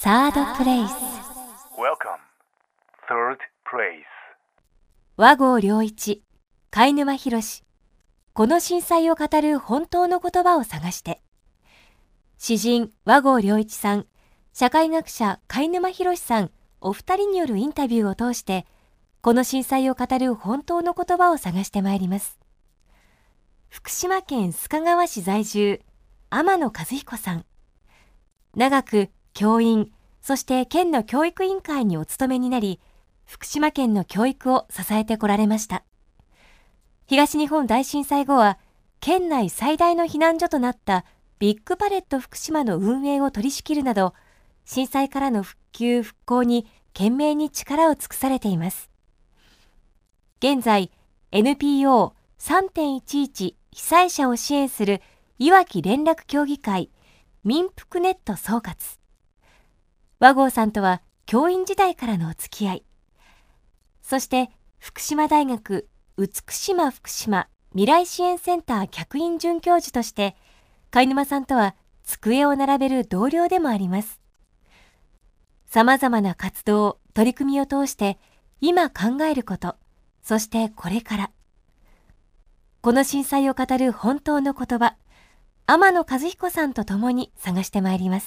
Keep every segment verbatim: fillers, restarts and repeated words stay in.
サードプレイス。 Welcome, third place. 和合良一、貝沼博、この震災を語る本当の言葉を探して。詩人和合良一さん、社会学者貝沼博さん、お二人によるインタビューを通してこの震災を語る本当の言葉を探してまいります。福島県須賀川市在住、天野和彦さん。長く教員、そして県の教育委員会にお勤めになり、福島県の教育を支えてこられました。東日本大震災後は、県内最大の避難所となったビッグパレット福島の運営を取り仕切るなど、震災からの復旧・復興に懸命に力を尽くされています。現在、エヌピーオーさんてんいちいち 被災者を支援するいわき連絡協議会民福ネット総括。和合さんとは教員時代からのお付き合い。そして福島大学美島福島未来支援センター客員准教授として貝沼さんとは机を並べる同僚でもあります。さまざまな活動、取り組みを通して今考えること、そしてこれから。この震災を語る本当の言葉、天野和彦さんと共に探してまいります。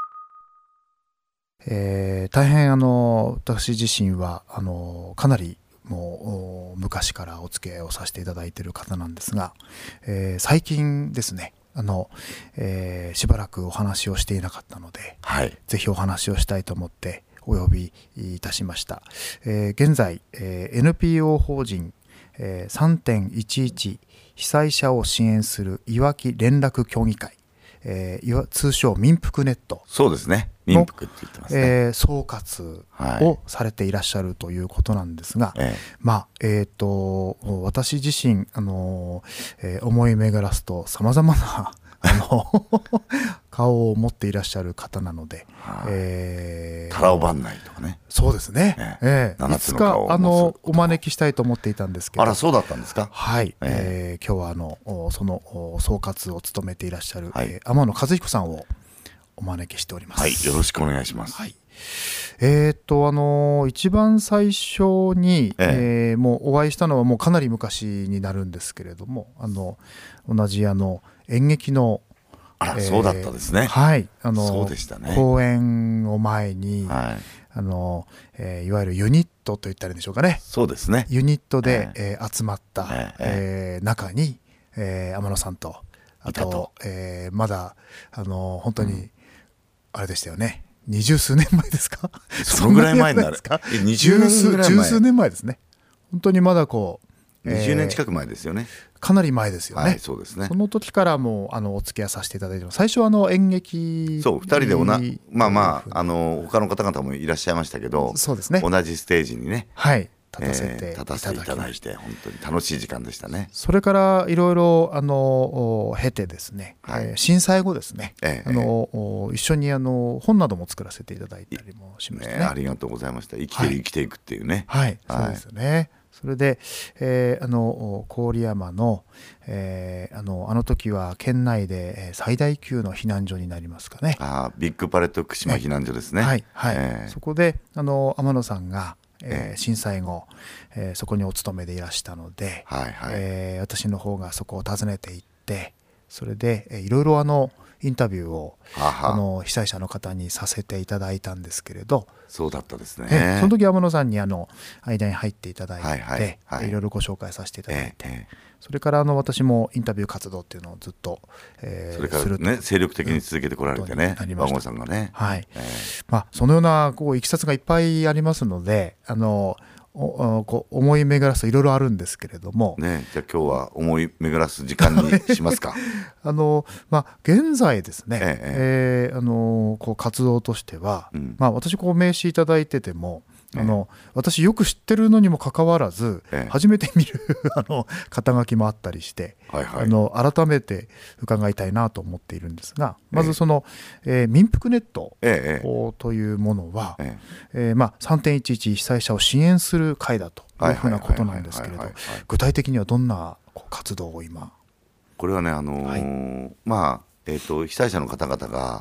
えー、大変あの私自身はあのかなりもう昔からお付き合いをさせていただいている方なんですが、えー、最近ですねあの、えー、しばらくお話をしていなかったので、はい、ぜひお話をしたいと思ってお呼びいたしました。えー、現在、えー、エヌピーオー 法人、えー、さんてんいちいち 被災者を支援するいわき連絡協議会、えー、通称民福ネット、 そうですね、民福って言ってますね、 えー、総括をされていらっしゃるということなんですが、はい、まあえー、と私自身あの、えー、思い巡らすとさまざまなあの顔を持っていらっしゃる方なので、 はあ、えー、タラオ番内とかね、 そうですね、えー、いつかあのお招きしたいと思っていたんですけど、 あらそうだったんですか。 はい、えーえー、今日はあのその総括を務めていらっしゃる、はい、えー、天野和彦さんをお招きしております。 はい、よろしくお願いします。 はい、えー、っとあの一番最初に、えええー、もうお会いしたのはもうかなり昔になるんですけれども、あの同じあの演劇のあら、えー、そうだったですね。 はい、あのそうでしたね。 公演を前に、 はい、 あのえー、いわゆるユニットといったらいいんでしょうかね。 そうですね。 ユニットで、えーえー、集まった、 えーえー、中に、えー、天野さんとあと、とえー、まだあの本当に、うん、あれでしたよね。二十数年前ですか。 そのぐらい前になる。 二十数年前。十数年前ですね。本当にまだこう。 にじゅうねん近く前ですよね。 かなり前ですよね。 はい、そうですね。 その時からもうあのお付き合いさせていただいてます。最初はあの演劇。 そう、二人でおな、まあまああの他の方々もいらっしゃいましたけど、 そうですね。 同じステージにね。 はい。立たせていただき、 えー、立たせていただいて本当に楽しい時間でしたね。 それからいろいろあの経てですね、はい、えー、震災後ですね、えー、あの一緒にあの本なども作らせていただいたりもしましたね。 ね、ありがとうございました。生きてる、はい、生きていくっていうね。 はい、はい、そうですよね。それで、えー、あの郡山の、えー、あのあの時は県内で最大級の避難所になりますかね。 あ、ビッグパレット福島避難所ですね。 はいはい、えー、そこであの天野さんがえー、震災後、えー、そこにお勤めでいらしたので、はいはい、えー、私の方がそこを訪ねて行って、それで、えー、いろいろあのインタビューをははあの被災者の方にさせていただいたんですけれど、 そうだったですね。 えー、その時天野さんにあの間に入っていただいて、はいはいはい、いろいろご紹介させていただいて、えーえー、それからあの私もインタビュー活動っていうのをずっと、えー、 それからね精力的に続けてこられてね、和合さんがね、 はい、えー、まあそのようなこういきさつがいっぱいありますので、あのおこう思い巡らすといろいろあるんですけれども、 ね、じゃあ今日は思い巡らす時間にしますか。 あの、まあ、現在ですね、えええー、あのこう活動としては、うん、まあ、私こう名刺いただいてても、あのええ、私よく知ってるのにもかかわらず、ええ、初めて見るあの肩書きもあったりして、はいはい、あの改めて伺いたいなと思っているんですが、まずその、えええー、民福ネット、ええ、というものは、えええーまあ、さんてんいちいち 被災者を支援する会だというふうなことなんですけれど、具体的にはどんなこう活動を今。 これはね、あのーはい、まあえーと、被災者の方々が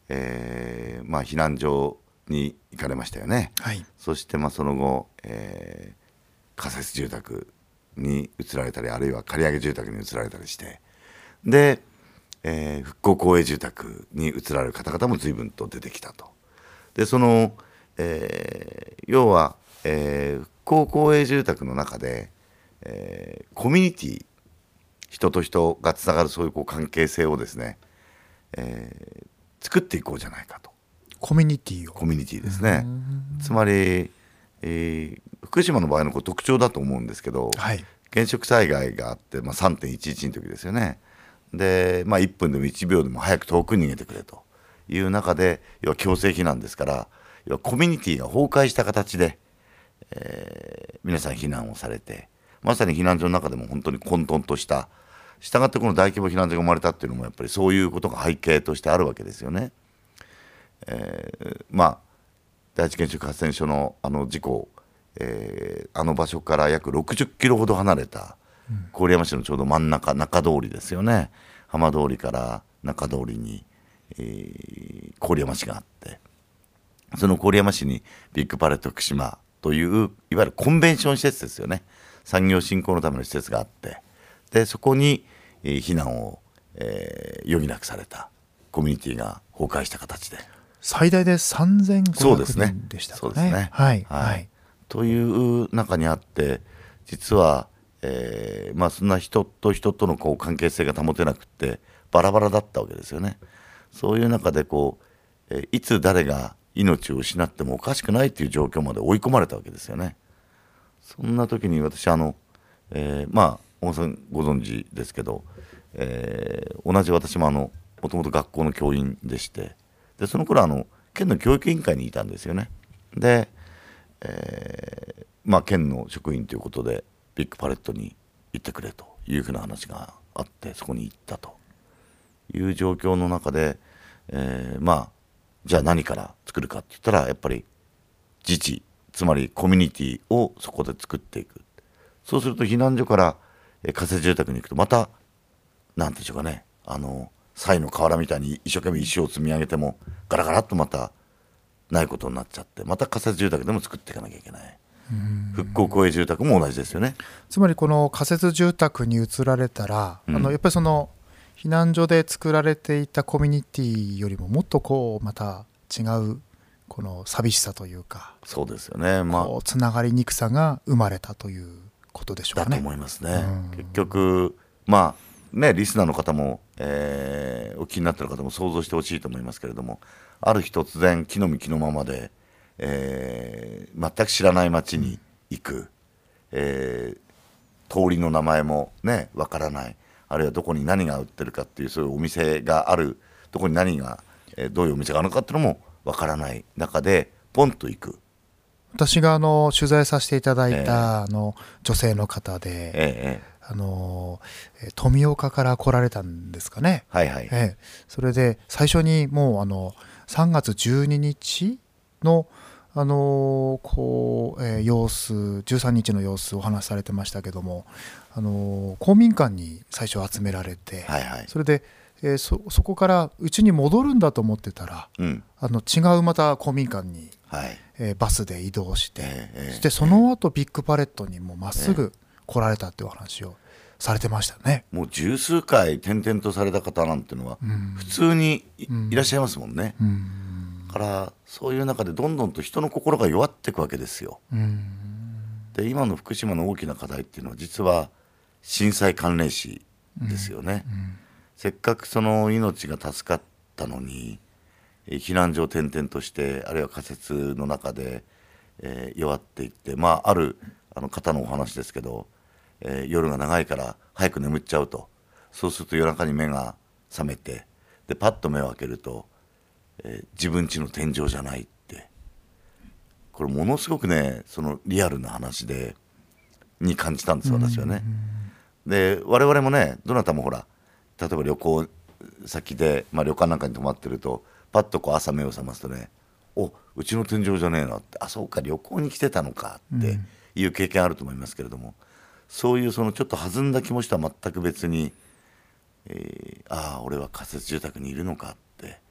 えーまあ、避難所に行かれましたよね。 はい。 そしてまあその後、えー仮設住宅に移られたり、あるいは借り上げ住宅に移られたりして、で、えー復興公営住宅に移られる方々も随分と出てきたと。でその、えー要は、えー復興公営住宅の中で、えーコミュニティ、人と人がつながるそういうこう関係性をですね、えー作っていこうじゃないかと。 コミュニティを。 コミュニティですね。つまり、えー福島の場合のこう特徴だと思うんですけど、 はい。 原子力災害があって、まあ、さんてんいちいちの時ですよね。で、まあ、いっぷんでもいちびょうでも早く遠くに逃げてくれという中で、要は強制避難ですから、要はコミュニティが崩壊した形で、えー皆さん避難をされて、まさに避難所の中でも本当に混沌とした、したがってこの大規模避難所が生まれたっていうのもやっぱりそういうことが背景としてあるわけですよね。えーまあ第一原子力発電所のあの事故、えーあの場所から約ろくじゅっキロほど離れた郡山市のちょうど真ん中、中通りですよね。浜通りから中通りに、えー郡山市があって、その郡山市にビッグパレット福島といういわゆるコンベンション施設ですよね。産業振興のための施設があって、でそこに、えー避難を、えー余儀なくされたコミュニティが崩壊した形で。 最大でさんぜんごひゃくそうですねにんでしたかね。 そうですねはい。 はいはい。 という中にあって、実は、えーまあ、そんな人と人とのこう関係性が保てなくってバラバラだったわけですよね。そういう中でこう、えーいつ誰が命を失ってもおかしくないという状況まで追い込まれたわけですよね。そんな時に私あの、えーまあ大野さんご存知ですけど、えー同じ私もあのもともと学校の教員でして、でその頃あの県の教育委員会にいたんですよね。で、えーまあ、県の職員ということでビッグパレットに行ってくれというふうな話があって、そこに行ったという状況の中で、えーまあじゃあ何から作るかって言ったらやっぱり自治、つまりコミュニティをそこで作っていく。そうすると避難所からえー仮設住宅に行くとまたなんていうんでしょうかね、あの賽の河原みたいに一生懸命石を積み上げてもガラガラっとまたないことになっちゃって、また仮設住宅でも作っていかなきゃいけない。復興公営住宅も同じですよね。 つまりこの仮設住宅に移られたら、 うんあのやっぱりその避難所で作られていたコミュニティよりももっとこうまた違うこの寂しさというか、 そうですよね。まあこうつながりにくさが生まれたということでしょうかね。 だと思いますね。 うん結局まあねリスナーの方も、えーお気になっている方も想像してほしいと思いますけれども、ある日突然木の実木のままで、えー全く知らない町に行く、えー通りの名前もねわからない、あるいはどこに何が売ってるかっていうそういうお店がある、どこに何が、えーどういうお店があるのかっていうのもわからない中でポンと行く。 私があの取材させていただいた、 ええあの女性の方で、 えええあのえ富岡から来られたんですかね。 はいはい、 ええ、それで最初にもうあのさんがつじゅうににちの、あのこうえー様子じゅうさんにちの様子をお話しされてましたけども、あの公民館に最初集められて、 はいはい、 それで、えーそそこから家に戻るんだと思ってたら、 うん、 あの違うまた公民館に、 はい、 えーバスで移動して、 ええええそしてその後ビッグパレットにもまっすぐ来られたっていうお話をされてましたね。 もう十数回転々とされた方なんていうのはうん普通にい,、 うんらっしゃいますもんね。 うんだからそういう中でどんどんと人の心が弱っていくわけですよ。 うんで今の福島の大きな課題っていうのは実は震災関連死ですよね。せっかくその命が助かったのに、えー避難所を転々としてあるいは仮設の中で、えー弱っていって、まあ、あるあの方のお話ですけど、えー夜が長いから早く眠っちゃうと。そうすると夜中に目が覚めて、でパッと目を開けると、えー自分家の天井じゃないって。これものすごくねそのリアルな話でに感じたんです私はね。で我々もねどなたもほら例えば旅行先で、まあ、旅館なんかに泊まってるとパッとこう朝目を覚ますとね、おうちの天井じゃねえなって、あそうか旅行に来てたのかっていう経験あると思いますけれども、そういうそのちょっと弾んだ気持ちとは全く別に、えーああ俺は仮設住宅にいるのかって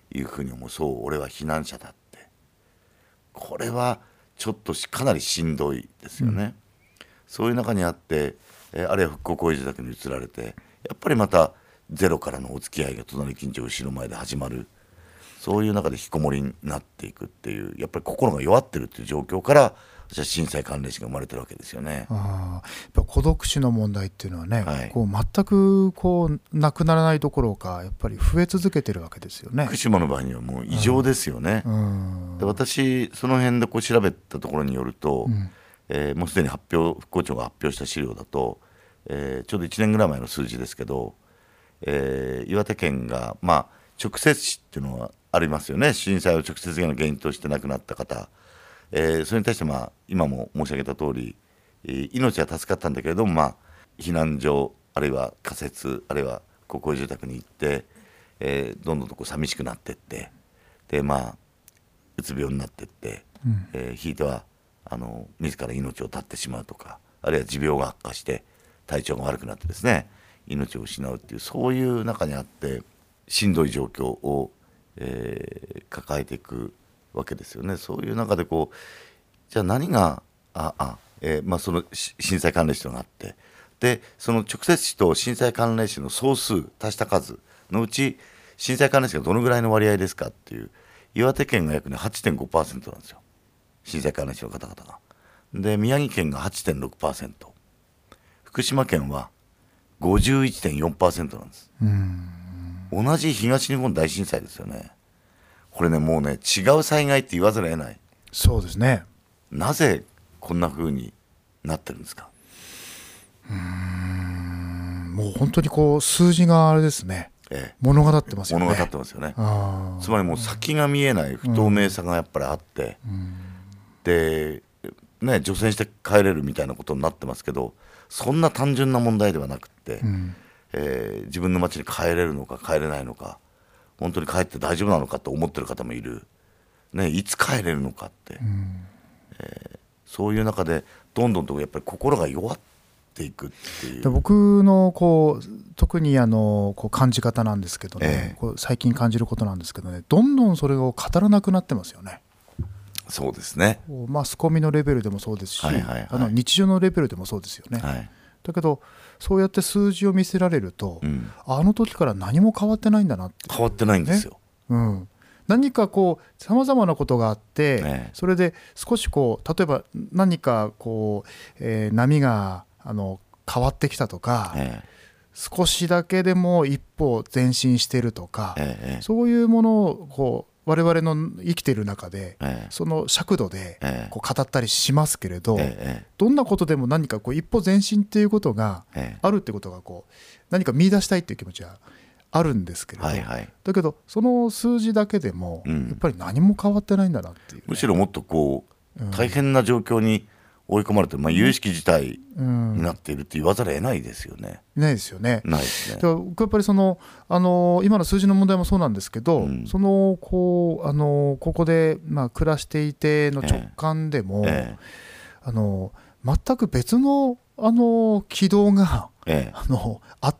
いうふうに思う。そう俺は避難者だって、これはちょっとしかなりしんどいですよね、うん、そういう中にあって、えー、あるいは復興公営住宅に移られて、やっぱりまたゼロからのお付き合いが隣近所後ろ前で始まる、そういう中で引きこもりになっていくっていう、やっぱり心が弱ってるっていう状況から私は震災関連死が生まれてるわけですよね。 あやっぱ孤独死の問題っていうのはね、 はい、 こう全くこうなくならないどころかやっぱり増え続けてるわけですよね。 福島の場合にはもう異常ですよね、うんうん、で私その辺でこう調べたところによると、うんえー、もうすでに発表復興庁が発表した資料だと、えー、ちょうどいちねんぐらい前の数字ですけど、えー、岩手県が、まあ、直接死っていうのはありますよね。震災を直接的な原因として亡くなった方、えー、それに対して、まあ、今も申し上げた通り、えー、命は助かったんだけれども、まあ、避難所あるいは仮設あるいは公共住宅に行って、えー、どんどんとこう寂しくなっていって、で、まあ、うつ病になっていって、うんえー、ひいてはあの自ら命を絶ってしまうとか、あるいは持病が悪化して体調が悪くなってですね命を失うっていう、そういう中にあってしんどい状況を、えー、抱えていくわけですよね。そういう中でこうじゃあ何がああ、えーまあ、その震災関連死となって、でその直接死と震災関連死の総数足した数のうち震災関連死がどのぐらいの割合ですかっていう、岩手県が約、ね、はちてんごパーセント なんですよ、震災関連死の方々が。で宮城県が はちてんろくパーセント、 福島県は ごじゅういってんよんパーセント なんです。うん同じ東日本大震災ですよね。これねもうね違う災害って言わざるを得ない。 そうですね。 なぜこんな風になってるんですか。 うーんもう本当にこう数字があれですね、ええ、物語ってますよね。 物語ってますよね。つまりもう先が見えない不透明さがやっぱりあって、うん、でね除染して帰れるみたいなことになってますけど、そんな単純な問題ではなくって、うんえー、自分の町に帰れるのか帰れないのか、本当に帰って大丈夫なのかと思ってる方もいる、ね、いつ帰れるのかって、うんえー、そういう中でどんどんとやっぱり心が弱っていくっていう。 僕のこう特にあのこう感じ方なんですけどね、えー、こう最近感じることなんですけどね、どんどんそれを語らなくなってますよね。 そうですね。 マスコミのレベルでもそうですし、はいはいはい、あの日常のレベルでもそうですよね、はい、だけどそうやって数字を見せられると、うん、あの時から何も変わってないんだなって、 変わってないんですよ、 ねうん、何かこうさまざまなことがあって、ね、それで少しこう例えば何かこう、えー、波があの変わってきたとか、ね、少しだけでも一歩前進してるとか、ね、そういうものをこう我々の生きている中で、ええ、その尺度でこう語ったりしますけれど、ええ、どんなことでも何かこう一歩前進っていうことがあるってことがこう何か見出したいっていう気持ちはあるんですけれど、はいはい、だけどその数字だけでもやっぱり何も変わってないんだなっていう、ねうん、むしろもっとこう大変な状況に追い込まれて、まあ、有識事態になっているって言わざるを得ないですよね。 ないですよね。 ないですね。 だから僕やっぱりその、あの今の数字の問題もそうなんですけど、うん、そのこうあのここで、まあ、暮らしていての直感でも、ええ、あの全く別の、あの軌道が、ええ、あのあって、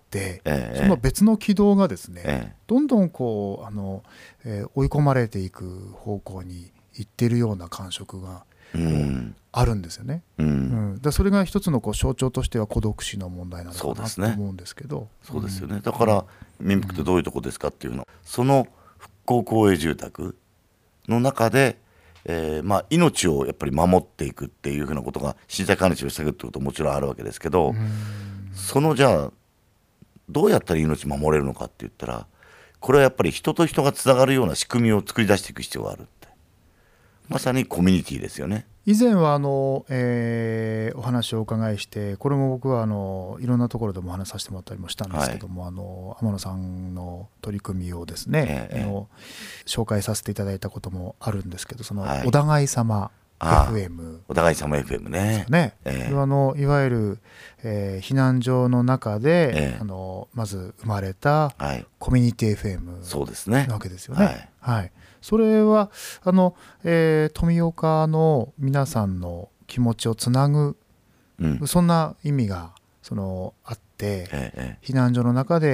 ええ、その別の軌道がですね、ええ、どんどんこうあの、えー、追い込まれていく方向に行っているような感触がうん、あるんですよね、うんうん、だそれが一つのこう象徴としては孤独死の問題なのかなと思うんですけど。 そうですよね。だから民福ってどういうとこですかっていうの、その復興公営住宅の中で、えーまあ、命をやっぱり守っていくっていうふうなことが震災関連死を防ぐってことももちろんあるわけですけど、そのじゃあどうやったら命守れるのかって言ったら、これはやっぱり人と人がつながるような仕組みを作り出していく必要がある。まさにコミュニティですよね。 以前はあの、えー、お話をお伺いして、これも僕はあのいろんなところでもお話しさせてもらったりもしたんですけども、はい、あの天野さんの取り組みをですね、えー、あの紹介させていただいたこともあるんですけど、そのお互い様 エフエム、 お互い様 エフエム ね。 ね、えー、あのいわゆる、えー、避難所の中で、えー、あのまず生まれたコミュニティ エフエム なわけですよね。はいはい、それはあの、えー、富岡の皆さんの気持ちをつなぐ、うん、そんな意味がそのあって、ええ、避難所の中で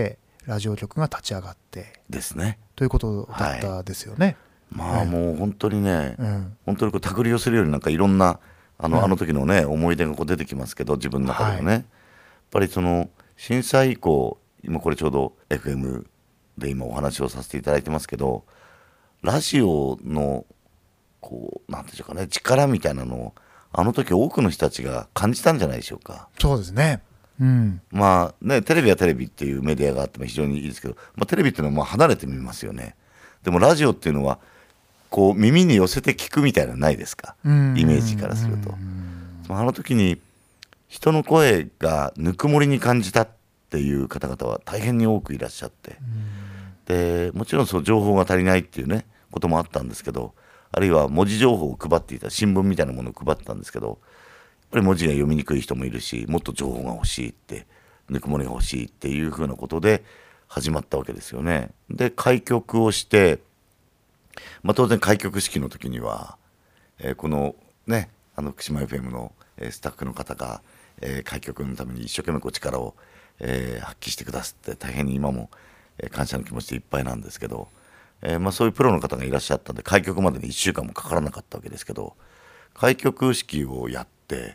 ラジオ局が立ち上がってですね。 ということだったですよね。 まあもう本当にね、 うん、 本当にこう手繰り寄せるようになんかいろんなあの、うん、あの時のね思い出がこう出てきますけど、自分の中でもね、はい、やっぱりその震災以降、今これちょうど エフエム で今お話をさせていただいてますけど、ラジオのこうなんていうかね、力みたいなのをあの時多くの人たちが感じたんじゃないでしょうか。 そうですね、うん、 まあね、テレビはテレビっていうメディアがあっても非常にいいですけど、まあ、テレビっていうのはまあ離れてみますよね。でもラジオっていうのはこう耳に寄せて聞くみたいなのないですか、イメージからすると。あの時に人の声がぬくもりに感じたっていう方々は大変に多くいらっしゃって、でもちろんその情報が足りないっていうねこともあったんですけど、あるいは文字情報を配っていた、新聞みたいなものを配ってたんですけど、やっぱり文字が読みにくい人もいるし、もっと情報が欲しいって、ぬくもりが欲しいっていうふうなことで始まったわけですよね。で開局をして、まあ、当然開局式の時には、えー、このねあの福島 エフエム の、えー、スタッフの方が、えー、開局のために一生懸命こう力を、えー、発揮してくださって大変に今も、えー、感謝の気持ちでいっぱいなんですけど、えーまあ、そういうプロの方がいらっしゃったんで開局までにいっしゅうかんもかからなかったわけですけど、開局式をやって、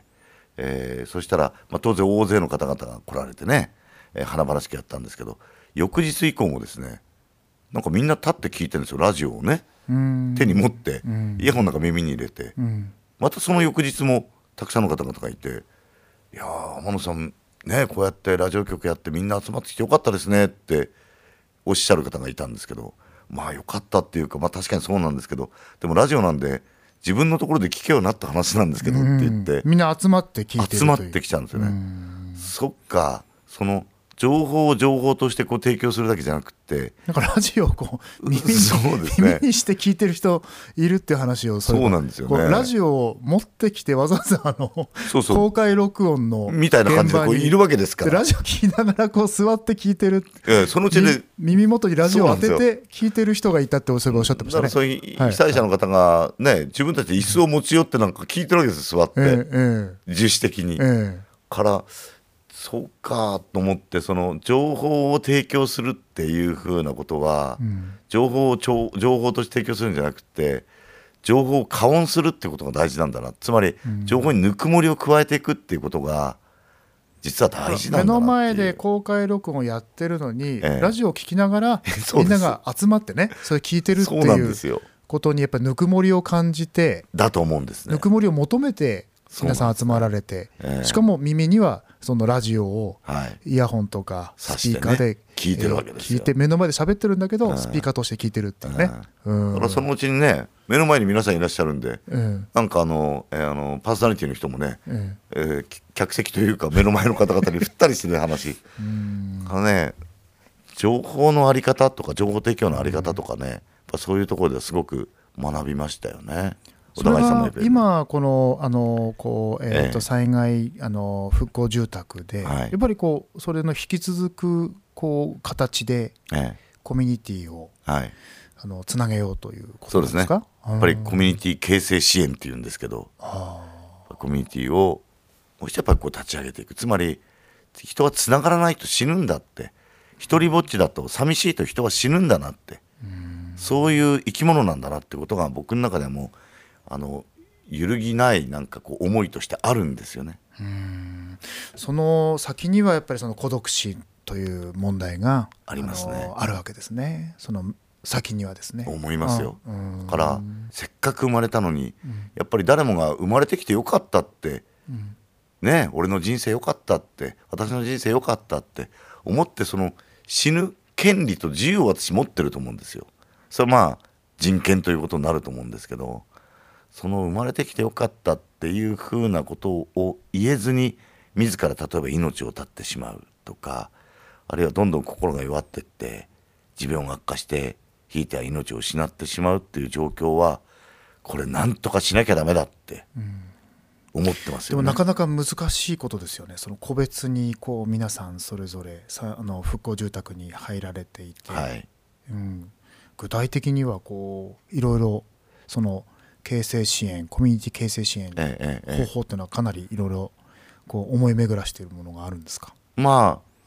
えー、そしたら、まあ、当然大勢の方々が来られてね、えー、華々しくやったんですけど、翌日以降もですねなんかみんな立って聞いてるんですよ、ラジオをね、手に持って、イヤホンなんか耳に入れて、またその翌日もたくさんの方々がいて、いやー天野さんねこうやってラジオ局やってみんな集まってきてよかったですねっておっしゃる方がいたんですけど、まあよかったっていうか、まあ確かにそうなんですけど、でもラジオなんで自分のところで聞けようになった話なんですけどって言って、 みんな集まって聞いてる集まってきちゃうんですよね。そっか、その情報を情報としてこう提供するだけじゃなくて、 なんかラジオをこう耳に、そうですね、耳にして聞いてる人いるっていう話を、 そうなんですよね。 ラジオを持ってきてわざわざあのそうそう公開録音のみたいな感じでこういるわけですから、 ラジオ聞きながらこう座って聞いてる、 ええ、そのうちで耳元にラジオを当てて聞いてる人がいたってそういえばおっしゃってましたね。 だからそういう被災者の方がね、はい、自分たちで椅子を持ち寄ってなんか聞いてるわけですよ、座って、ええ、自主的に、ええ、からそうかと思って、その情報を提供するっていう風なことは、うん、情報を情報として提供するんじゃなくて情報を加温するってことが大事なんだな、つまり、うん、情報にぬくもりを加えていくっていうことが実は大事なんだなっていう。 目の前で公開録音をやってるのに、ええ、ラジオを聞きながらみんなが集まってねそれ聞いてるっていうことにやっぱりぬくもりを感じてだと思うんですね。 ぬくもりを求めて皆さん集まられて、ええ、しかも耳にはそのラジオをイヤホンとかスピーカーで、 ね、聞いてるわけですよ。 聞いて目の前で喋ってるんだけど、うん、スピーカーとして聞いてるっていうね、 うん、だからそのうちにね目の前に皆さんいらっしゃるんで、うん、なんかあの、えー、あのパーソナリティの人もね、うんえー、客席というか目の前の方々に振ったりしてる話うんあのね、情報のあり方とか情報提供のあり方とかね、やっぱそういうところですごく学びましたよね。 それは今このあのこうえと災害あの復興住宅でやっぱりこうそれの引き続くこう形でコミュニティをあのつなげようということですか。 そうですね。やっぱりコミュニティ形成支援っていうんですけど、コミュニティをもう一度やっぱりこう立ち上げていく。つまり人はつながらないと死ぬんだって、一人ぼっちだと寂しいと人は死ぬんだなって、そういう生き物なんだなってことが僕の中でもあの揺るぎないなんかこう思いとしてあるんですよね。 うーん、その先にはやっぱりその孤独死という問題がありますね。 あるわけですね。その先にはですね。 思いますよ。だからせっかく生まれたのに、うん、やっぱり誰もが生まれてきてよかったって、うん、ね、俺の人生よかったって、私の人生よかったって思って、その死ぬ権利と自由を私持ってると思うんですよ。それはまあ人権ということになると思うんですけど、その生まれてきてよかったっていうふうなことを言えずに自ら例えば命を絶ってしまうとか、あるいはどんどん心が弱っていって持病が悪化してひいては命を失ってしまうっていう状況は、これなんとかしなきゃダメだって思ってますよね。 でもなかなか難しいことですよね。その個別にこう皆さんそれぞれさあの復興住宅に入られていて、はいうん、具体的にはこういろいろその形成支援、コミュニティ形成支援の方法っていうのはかなりいろいろこう思い巡らしているものがあるんですか。 まあ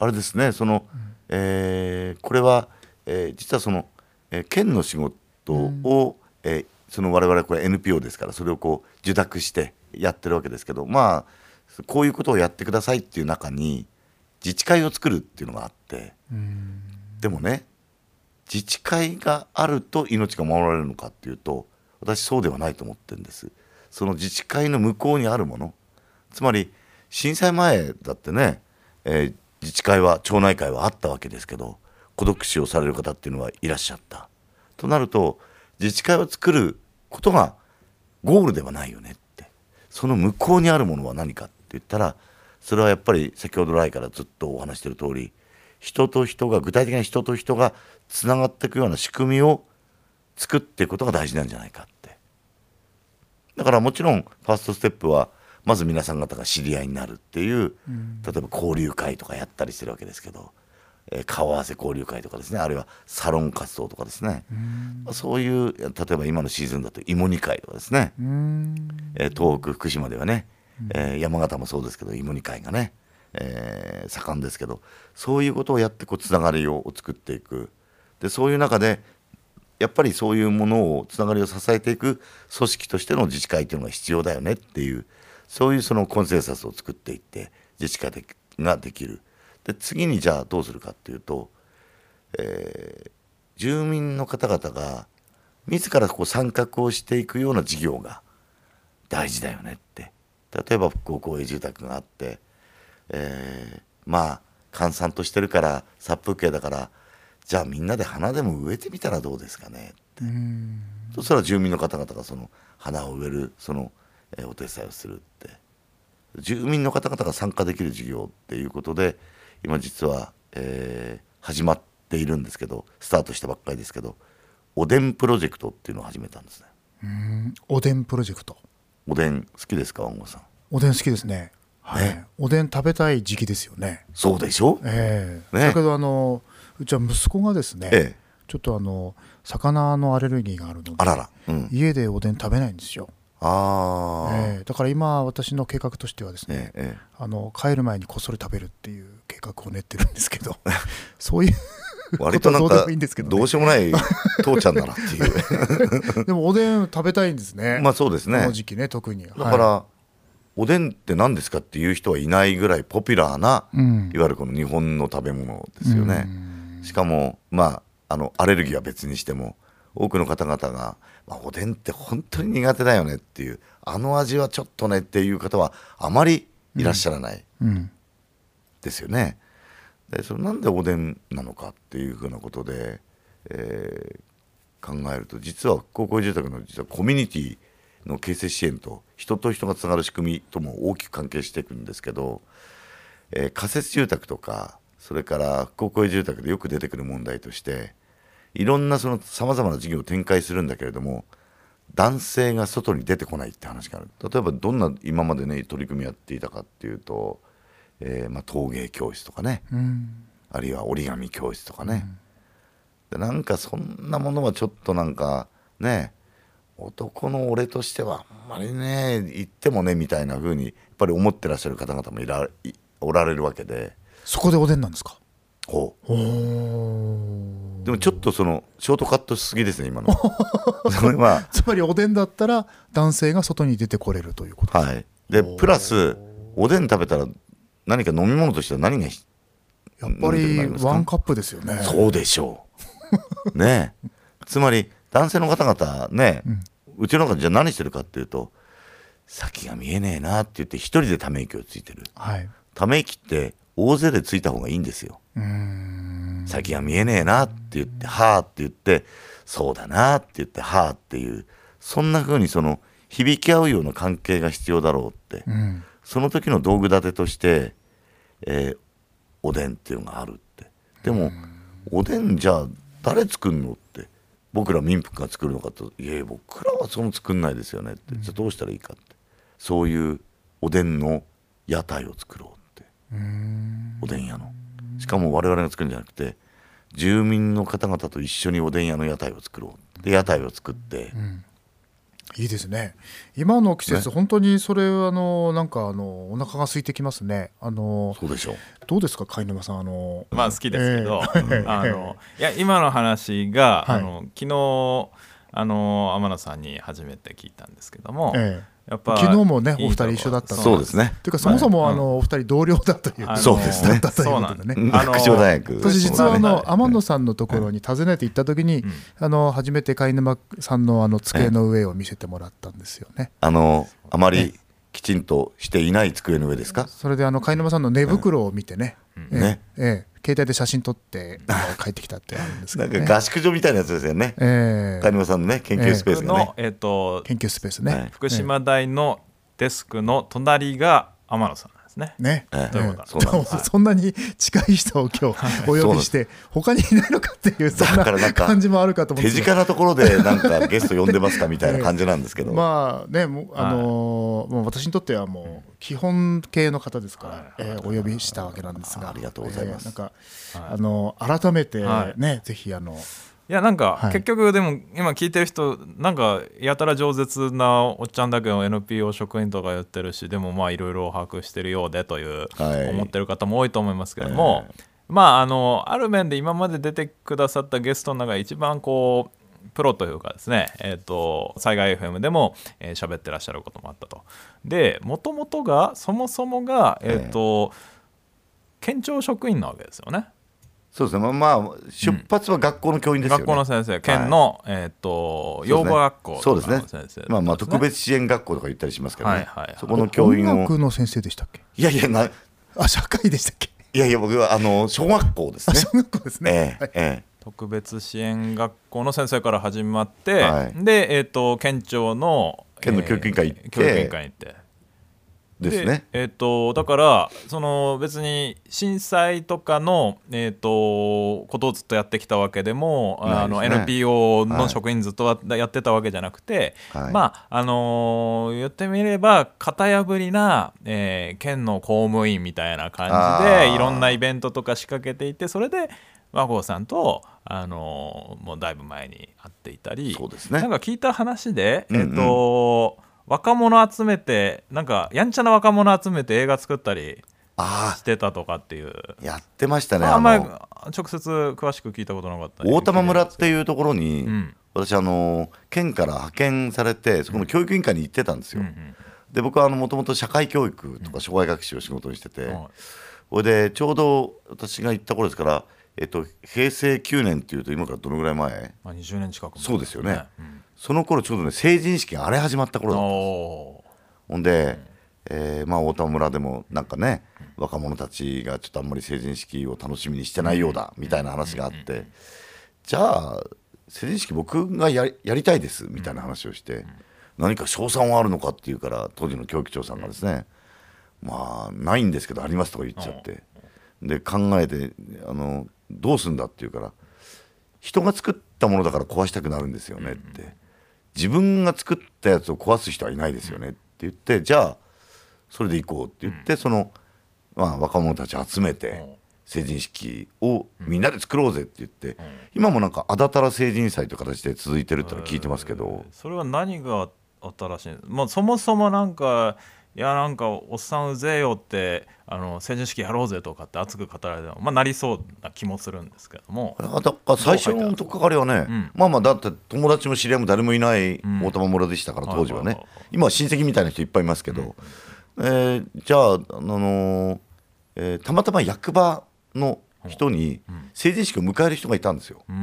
あれですねその、えーこれは、えー実はその、えー県の仕事を、えーその我々これ エヌピーオー ですからそれをこう受託してやってるわけですけど、まあこういうことをやってくださいっていう中に自治会を作るっていうのがあって、でもね自治会があると命が守られるのかっていうと私そうではないと思ってるんです。その自治会の向こうにあるもの、つまり震災前だってね、えー自治会は町内会はあったわけですけど孤独死をされる方っていうのはいらっしゃったとなると自治会を作ることがゴールではないよねって、その向こうにあるものは何かって言ったらそれはやっぱり先ほど来からずっとお話している通り人と人が具体的な人と人がつながっていくような仕組みを作っていくことが大事なんじゃないかって。だからもちろんファーストステップはまず皆さん方が知り合いになるっていう、うん、例えば交流会とかやったりしてるわけですけど、えー、顔合わせ交流会とかですね、あるいはサロン活動とかですね、うん、そういう例えば今のシーズンだと芋煮会とかですね、うん、えー、東北福島ではね、えー、山形もそうですけど芋煮会がね、えー、盛んですけど、そういうことをやってこうつながりを作っていく。でそういう中でやっぱりそういうものをつながりを支えていく組織としての自治会というのが必要だよねっていう、そういうそのコンセンサスを作っていって自治会ができる。で次にじゃあどうするかっていうと、えー、住民の方々が自らこう参画をしていくような事業が大事だよねって。例えば復興公営住宅があって、えー、まあ閑散としてるから殺風景だからじゃあみんなで花でも植えてみたらどうですかねって。そしたら住民の方々がその花を植えるその、えー、お手伝いをするって。住民の方々が参加できる事業っていうことで今実は、えー、始まっているんですけど、スタートしたばっかりですけど、おでんプロジェクトっていうのを始めたんですね。 うーん、おでんプロジェクト。 おでん好きですか、王吾さん。 おでん好きですね。はい、ね、おでん食べたい時期ですよね。 そうでしょ、 えーね、 だけどあのうちは息子がですね、ええ、ちょっとあの魚のアレルギーがあるので、 あらら、うん、 家でおでん食べないんですよ。 あ、 えー、だから今私の計画としてはですね、ええ、あの帰る前にこっそり食べるっていう計画を練ってるんですけどそういう割となんかどうしようもない父ちゃんだなっていうでもおでん食べたいんですね。 まあそうですね、 この時期ね特に。 だから、はい、おでんって何ですかっていう人はいないぐらいポピュラーな、うん、いわゆるこの日本の食べ物ですよね。しかもまああのアレルギーは別にしても多くの方々が、まあ、おでんって本当に苦手だよねっていう、あの味はちょっとねっていう方はあまりいらっしゃらない、うんうん、ですよね。でそれなんでおでんなのかっていうふうなことで、えー、考えると実は復興公営住宅の実はコミュニティの形成支援と人と人がつながる仕組みとも大きく関係していくんですけど、えー、仮設住宅とかそれから復興公営住宅でよく出てくる問題としていろんなそのさまざまな事業を展開するんだけれども男性が外に出てこないって話がある。例えばどんな今までね取り組みやっていたかっていうと、えーまあ、陶芸教室とかね、うん、あるいは折り紙教室とかね、うん、でなんかそんなものはちょっとなんかね男の俺としてはあんまりね言ってもねみたいな風にやっぱり思ってらっしゃる方々もいらいおられるわけで、 そこでおでんなんですか。 ほう。でもちょっとそのショートカットしすぎですね今のそれはつまりおでんだったら男性が外に出てこれるということです。 はい。でプラスおでん食べたら何か飲み物としては何がやっぱりワンカップですよね。 そうでしょうねえつまり男性の方々ね、うん、うちの中でじゃあ何してるかっていうと先が見えねえなって言って一人でため息をついてる、はい、ため息って大勢でついた方がいいんですよ。うーん、先が見えねえなって言ってはーって言ってそうだなって言ってはーっていう、そんな風にその響き合うような関係が必要だろうって、うん、その時の道具立てとして、えー、おでんっていうのがあるって。でもおでんじゃあ誰作るのって僕ら民服が作るのかと、いやいや僕らはその作んないですよねって、じゃあどうしたらいいかって、そういうおでんの屋台を作ろうって、うーん、おでん屋の、しかも我々が作るんじゃなくて住民の方々と一緒におでん屋の屋台を作ろうで屋台を作って、うん、 いいですね。今の季節、 ね、 本当にそれあのなんかあのお腹が空いてきますね。あのそうでしょう。 どうですか貝沼さん。あのまあ好きですけど、 えー、 あのいや今の話が、 はい、 あの昨日あの天野さんに初めて聞いたんですけども、 えーやっぱ昨日もねお二人一緒だったの。 そうですね。 というかそもそも、あのお二人同僚だという、 あのそうですね。 だったということでね。 学長大学。 私実はあの天野さんのところに訪ねて行った時に、あの初めて貝沼さんのあの机の上を見せてもらったんですよね。 あのあまりきちんとしていない机の上ですか。 それであの貝沼さんの寝袋を見てね、 うん、ね、 ええ携帯で写真撮って帰ってきたってあるんですけどね。 なんか合宿所みたいなやつですよね。 えー、 貝沼さんのね研究スペースがね。 えーと、 研究スペースね。 福島大のデスクの隣が天野さんなんですね。 ね、 えー、ということなんです。そんなに近い人を今日お呼びして他にいないのかっていうそんな感じもあるかと思って。 手近なところでなんかゲスト呼んでますかみたいな感じなんですけど。 まあね、もうあのー、もう私にとってはもう基本系の方ですから、えー、お呼びしたわけなんですが、 ありがとうございます。 えー、なんか、あのー、改めてね、はい、ぜひあの。 いやなんか、はい、結局でも今聞いてる人なんかやたら饒舌なおっちゃんだけど エヌピーオー 職員とかやってるし、でもまあいろいろ把握してるようでという、はい、思ってる方も多いと思いますけども、えー、まああのある面で今まで出てくださったゲストの中で一番こうプロというかですね、えーと、災害 エフエム でも喋、えー、ってらっしゃることもあったと。でもともとがそもそもが、えーとえー、県庁職員なわけですよね。 そうですね、まあ、まあ、出発は学校の教員ですよね、 学校の先生、県の、はい、えー、と養護学校とかの先生、 そうですね、まあまあ特別支援学校とか言ったりしますけどね、はいはいはい、そこの教員を音楽の先生でしたっけ。 いやいやなあ社会でしたっけ。 いやいや僕はあの小学校ですね。 小学校ですね、 えーはいえー、 特別支援学校の先生から始まって、はい、で、えー、と県庁の県の教育委員会行って、 えー、教育委員会行ってですね。 えー、とだからその別に震災とかの、えー、とことをずっとやってきたわけでも、ね、あの エヌピーオー の職員ずっとやってたわけじゃなくて、はい、まああのー、言ってみれば型破りな、えー、県の公務員みたいな感じでいろんなイベントとか仕掛けていて、それで和合さんと、あのー、もうだいぶ前に会っていたり、 そうですね、 なんか聞いた話で、うんうん、えーと若者集めてなんかやんちゃな若者集めて映画作ったりしてたとかっていう。 やってましたね。 あんまり直接詳しく聞いたことなかった。 大玉村っていうところに、うん、私あの県から派遣されてそこの教育委員会に行ってたんですよ、うんうん、で僕はもともと社会教育とか障害学習を仕事にしてて、それでちょうど私が行った頃ですから、えっと、へいせいきゅうねんっていうと今からどのぐらい前、 まあ、にじゅうねん近く前、 そうですよね、うん、その頃ちょうどね成人式があれ始まった頃だったんです。ほんで、うんえーまあ、大田村でもなんかね、うん、若者たちがちょっとあんまり成人式を楽しみにしてないようだみたいな話があって、うん、じゃあ成人式僕が や, やりたいですみたいな話をして、うん、何か賞賛はあるのかっていうから当時の教育長さんがですね、うん、まあないんですけどありますとか言っちゃって、うん、で考えてあのどうすんだって言うから人が作ったものだから壊したくなるんですよねって、うん、自分が作ったやつを壊す人はいないですよねって言って、じゃあそれで行こうって言って、うん、その、まあ、若者たち集めて成人式をみんなで作ろうぜって言って、うん、今もなんかあだたら成人祭という形で続いてるってのは聞いてますけど、 それは何が新しいんですか。まあ、そもそもなんかいやなんかおっさんうぜえよってあの成人式やろうぜとかって熱く語られても、まあ、なりそうな気もするんですけども、 だから最初のとっかかりはね、うん、まあまあだって友達も知り合いも誰もいない大玉村でしたから、うん、当時はね、はいはいはい、今は親戚みたいな人いっぱいいますけど、うんえー、じゃあ、あのーえー、たまたま役場の人に成人式を迎える人がいたんですよ。 うん、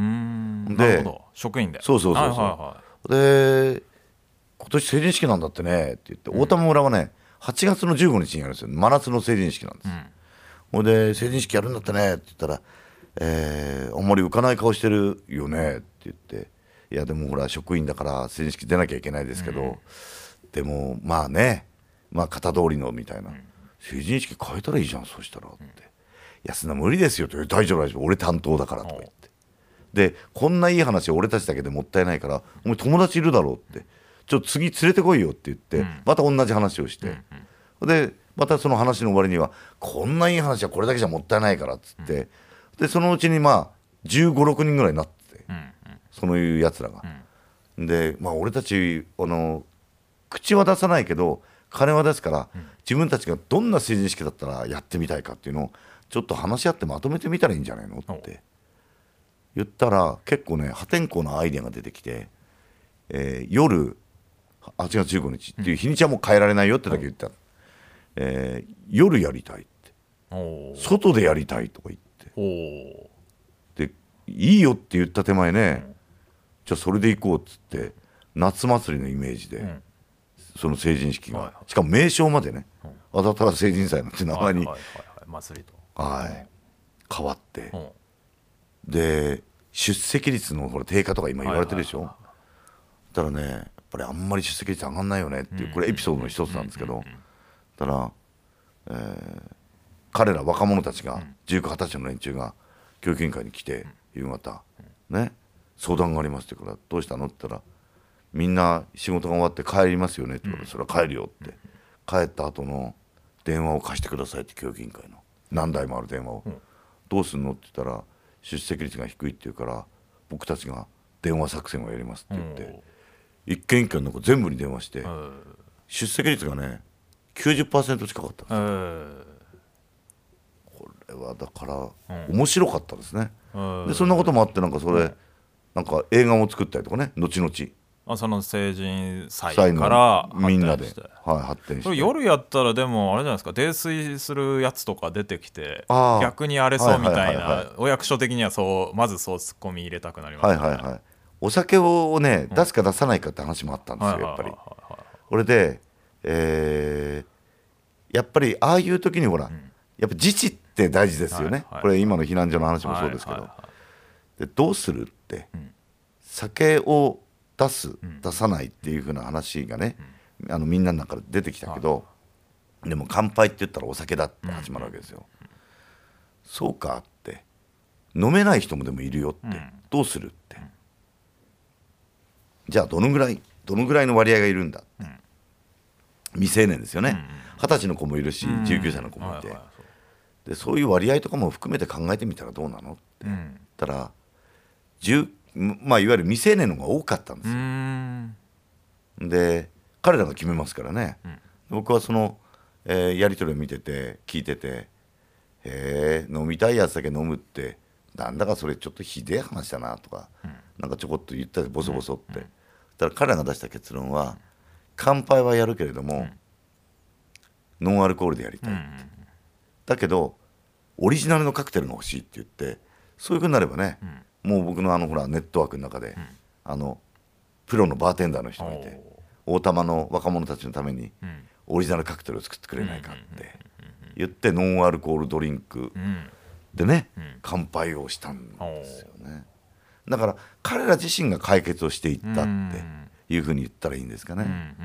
でなるほど、職員で。 そうそうそうそう、はいはいはい、で今年成人式なんだってねって言って、うん、大玉村はねはちがつのじゅうごにちにやるんですよ。真夏の成人式なんです。ほ、うんで成人式やるんだってねって言ったら、えー、あんまり浮かない顔してるよねって言って、いやでもほら職員だから成人式出なきゃいけないですけど、うん、でもまあねまあ型通りのみたいな、うん、成人式変えたらいいじゃんそしたらって、うん、いやそんな無理ですよって、大丈夫大丈夫俺担当だからとか言って、でこんないい話俺たちだけでもったいないからお前友達いるだろうってちょっと次連れてこいよって言って、うん、また同じ話をして、うんうん、でまたその話の終わりにはこんないい話はこれだけじゃもったいないからっつって、うん、でそのうちにまあじゅうご、ろくにんぐらいになって、うんうん、そういうやつらが、うん、 で、まあ、俺たちあの口は出さないけど金は出すから、うん、自分たちがどんな成人式だったらやってみたいかっていうのをちょっと話し合ってまとめてみたらいいんじゃないのって言ったら、結構ね破天荒なアイデアが出てきて、えー、夜はちがつじゅうごにちっていう日にちはもう変えられないよってだけ言った、うん、えー、夜やりたいって外でやりたいとか言ってでいいよって言った手前ね、うん、じゃあそれで行こうっつって夏祭りのイメージで、うん、その成人式が、はいはい、しかも名称までね、うん、あだたら成人祭なんて名前に、はいはいはいはい、 祭りと、 はい、変わって、うん、で出席率のほら低下とか今言われてるでしょ、はいはいはい、だからねやっぱりあんまり出席率上がんないよねっていう、これエピソードの一つなんですけど、だから、えー、彼ら若者たちがじゅうきゅう、はたちの連中が教育委員会に来て夕方ね相談がありますって言うから、どうしたのって言ったら、みんな仕事が終わって帰りますよねって言うから、それは帰るよって、帰った後の電話を貸してくださいって教育委員会の何台もある電話を、どうすんのって言ったら、出席率が低いって言うから僕たちが電話作戦をやりますって言って、一件一件の子全部に電話して、出席率がね きゅうじゅっパーセント 近かったんですよ。これはだから面白かったですね。でそんなこともあって、なんかそれなんか映画を作ったりとかね、後々 あその成人祭からみんなで、はい、発展して、 夜やったらでもあれじゃないですか、泥酔するやつとか出てきて逆に荒れそうみたいな、お役所的にはそうまずそうツッコミ入れたくなりますね。 はいはいはい、お酒をね出すか出さないかって話もあったんですよ、やっぱり。これで、えー、やっぱりああいう時にほら、うん、やっぱ自治って大事ですよね、はいはい、これ今の避難所の話もそうですけど、はいはいはい、でどうするって、うん、酒を出す、うん、出さないっていう風な話がね、うん、あのみんなの中で出てきたけど、はい、でも乾杯って言ったらお酒だって始まるわけですよ、うん、そうかって、飲めない人もでもいるよって、うん、どうするって、うん、じゃあどのぐらいどのぐらいの割合がいるんだって、うん、未成年ですよね、はたちの子もいるし、うん、じゅうきゅうさいの子もいて、うん、でそういう割合とかも含めて考えてみたらどうなのって言ったら、じゅうまあ、いわゆる未成年の方が多かったんですよ。で彼らが決めますからね、うん、僕はその、えー、やり取りを見てて聞いてて、へえ飲みたいやつだけ飲むってなんだかそれちょっとひでえ話だなとか、うん、なんかちょこっと言ったりボソボソって、うんうん、だから彼らが出した結論は、うん、乾杯はやるけれども、うん、ノンアルコールでやりたいって、うん、だけどオリジナルのカクテルが欲しいって言って、そういう風になればね、うんもう僕のあのほらネットワークの中で、うん、あのプロのバーテンダーの人がいて、大玉の若者たちのためにオリジナルカクテルを作ってくれないかって言ってノンアルコールドリンクでね、うん、乾杯をしたんですよね。だから彼ら自身が解決をしていったっていうふうに言ったらいいんですかね。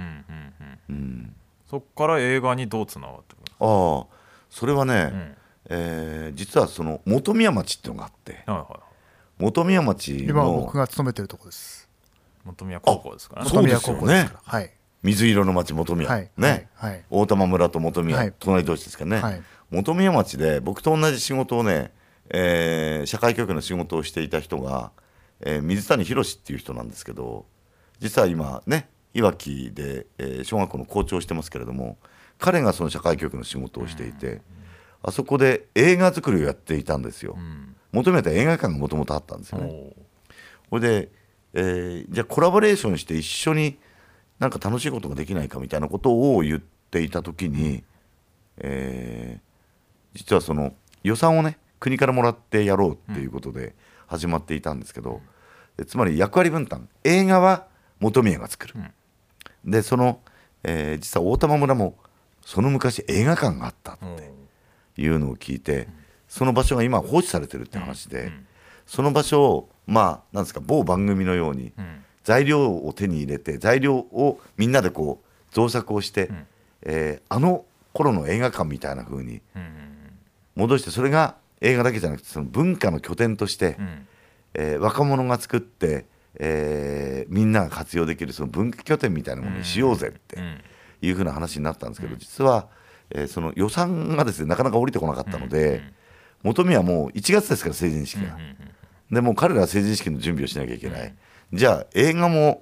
そっから映画にどうつながってくるんですか。 ああそれはね、うんえー、実はその本宮町っていうのがあって、はいはい本宮町の今僕が勤めてるところです。 本宮高校ですからね。そうですよね。 はい、 水色の町本宮、はい、ね、はいはい、大玉村と本宮、はい、隣同士ですからね、はい、本宮町で僕と同じ仕事をね、えー、社会教育の仕事をしていた人が、えー、水谷博っていう人なんですけど、実は今ねいわきで、えー、小学校の校長をしてますけれども、彼がその社会教育の仕事をしていて、うん、あそこで映画作りをやっていたんですよ、うん求めた映画館がもともとあったんですよね。これで、えー、じゃあコラボレーションして一緒になんか楽しいことができないかみたいなことを言っていた時に、えー、実はその予算をね国からもらってやろうっていうことで始まっていたんですけど、うん、つまり役割分担、映画は本宮が作る、うん、でその、えー、実は大玉村もその昔映画館があったっていうのを聞いて、うんその場所が今放置されてるって話で、うん、その場所をまあなんですか某番組のように材料を手に入れて材料をみんなでこう造作をして、うんえー、あの頃の映画館みたいな風に戻して、それが映画だけじゃなくてその文化の拠点として、うんえー、若者が作って、えー、みんなが活用できるその文化拠点みたいなものにしようぜっていう風な話になったんですけど、実は、えー、その予算がですねなかなか降りてこなかったので、うん本宮はもういちがつですから成人式が、うんうんうん、でもう彼らは成人式の準備をしなきゃいけない、うん、じゃあ映画も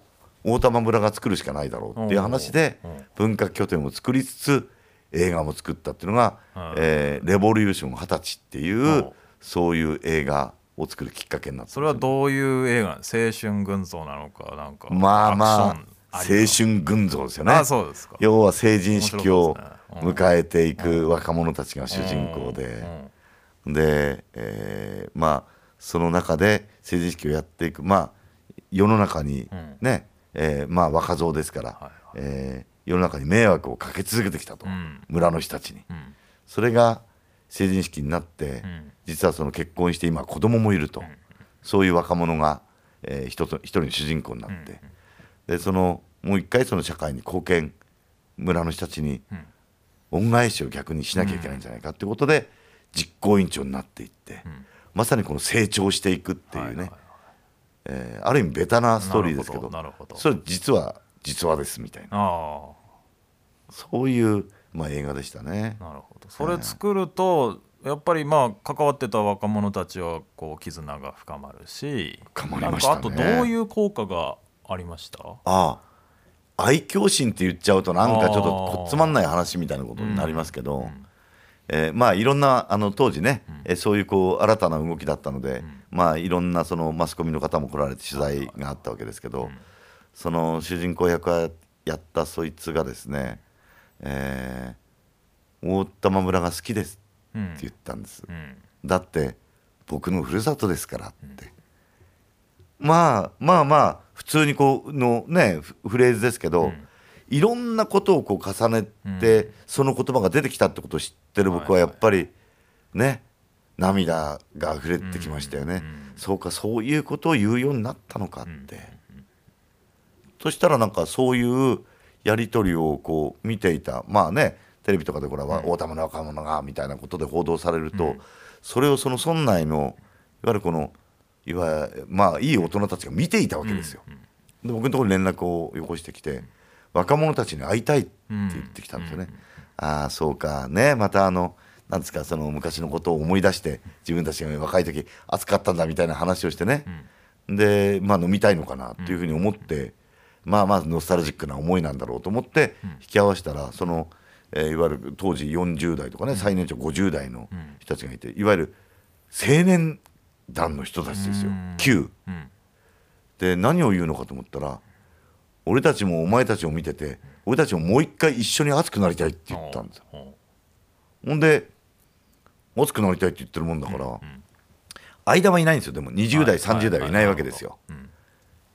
大玉村が作るしかないだろうっていう話で文化拠点を作りつつ映画も作ったっていうのが、えー、レボリューションはたちっていうそういう映画を作るきっかけになった。 それはどういう映画？青春群像なのか、なんかまあまあ青春群像ですよね。 あ、そうですか。 要は成人式を迎えていく若者たちが主人公で、で、えー、まあその中で成人式をやっていく、まあ世の中にね、うん、えー、まあ若造ですから、はいはい、えー、世の中に迷惑をかけ続けてきたと、うん、村の人たちに、うん、それが成人式になって、うん、実はその結婚して今子供もいると、うん、そういう若者が、えー、一つ一人の主人公になって、うん、でそのもう一回その社会に貢献、村の人たちに恩返しを逆にしなきゃいけないんじゃないかってことで実行委員長になっていって、うん、まさにこの成長していくっていうね、はいはいはい、えー、ある意味ベタなストーリーですけど、 なるほど、 それ実は実話ですみたいな、あ、そういう、まあ、映画でしたね。 なるほど。それ作ると、えー、やっぱりまあ関わってた若者たちはこう絆が深まるし、 深まりましたね。 なんかあとどういう効果がありました？ ああ、愛嬌心って言っちゃうとなんかちょっとこっつまんない話みたいなことになりますけど、うんうん、えー、まあいろんなあの当時ね、うん、えー、そういうこう新たな動きだったので、うん、まあいろんなそのマスコミの方も来られて取材があったわけですけど、うん、その主人公役をやったそいつがですね、えー、大玉村が好きですって言ったんです、うん、だって僕のふるさとですからって、うん、まあまあまあ普通にこうのねフレーズですけど、うん、いろんなことをこう重ねて、うん、その言葉が出てきたってことを知ってる僕はやっぱりね、涙が溢れてきましたよね、うん、そうか、そういうことを言うようになったのかって、うん、そしたらなんかそういうやり取りをこう見ていた、まあねテレビとかでこれは大玉の若者がみたいなことで報道されると、うん、それをその村内のいわゆるこのいわゆるまあいい大人たちが見ていたわけですよ、うん、で僕のところに連絡をよこしてきて、若者たちに会いたいって言ってきたんですよね、うん、ああそうかね、またあのなんですか、その昔のことを思い出して自分たちが若い時熱かったんだみたいな話をしてね、うん、でまあ飲みたいのかなっていうふうに思って、うん、まあまあノスタルジックな思いなんだろうと思って引き合わせたら、その、えー、いわゆる当時よんじゅう代とかね、最年長ごじゅう代の人たちがいて、いわゆる青年団の人たちですよ、旧、うん、で何を言うのかと思ったら、俺たちもお前たちを見てて俺たちももう一回一緒に熱くなりたいって言ったんですよ。ほんで熱くなりたいって言ってるもんだから、うんうん、間はいないんですよ。でもにじゅう代、はい、さんじゅう代はいないわけですよ、はいはい、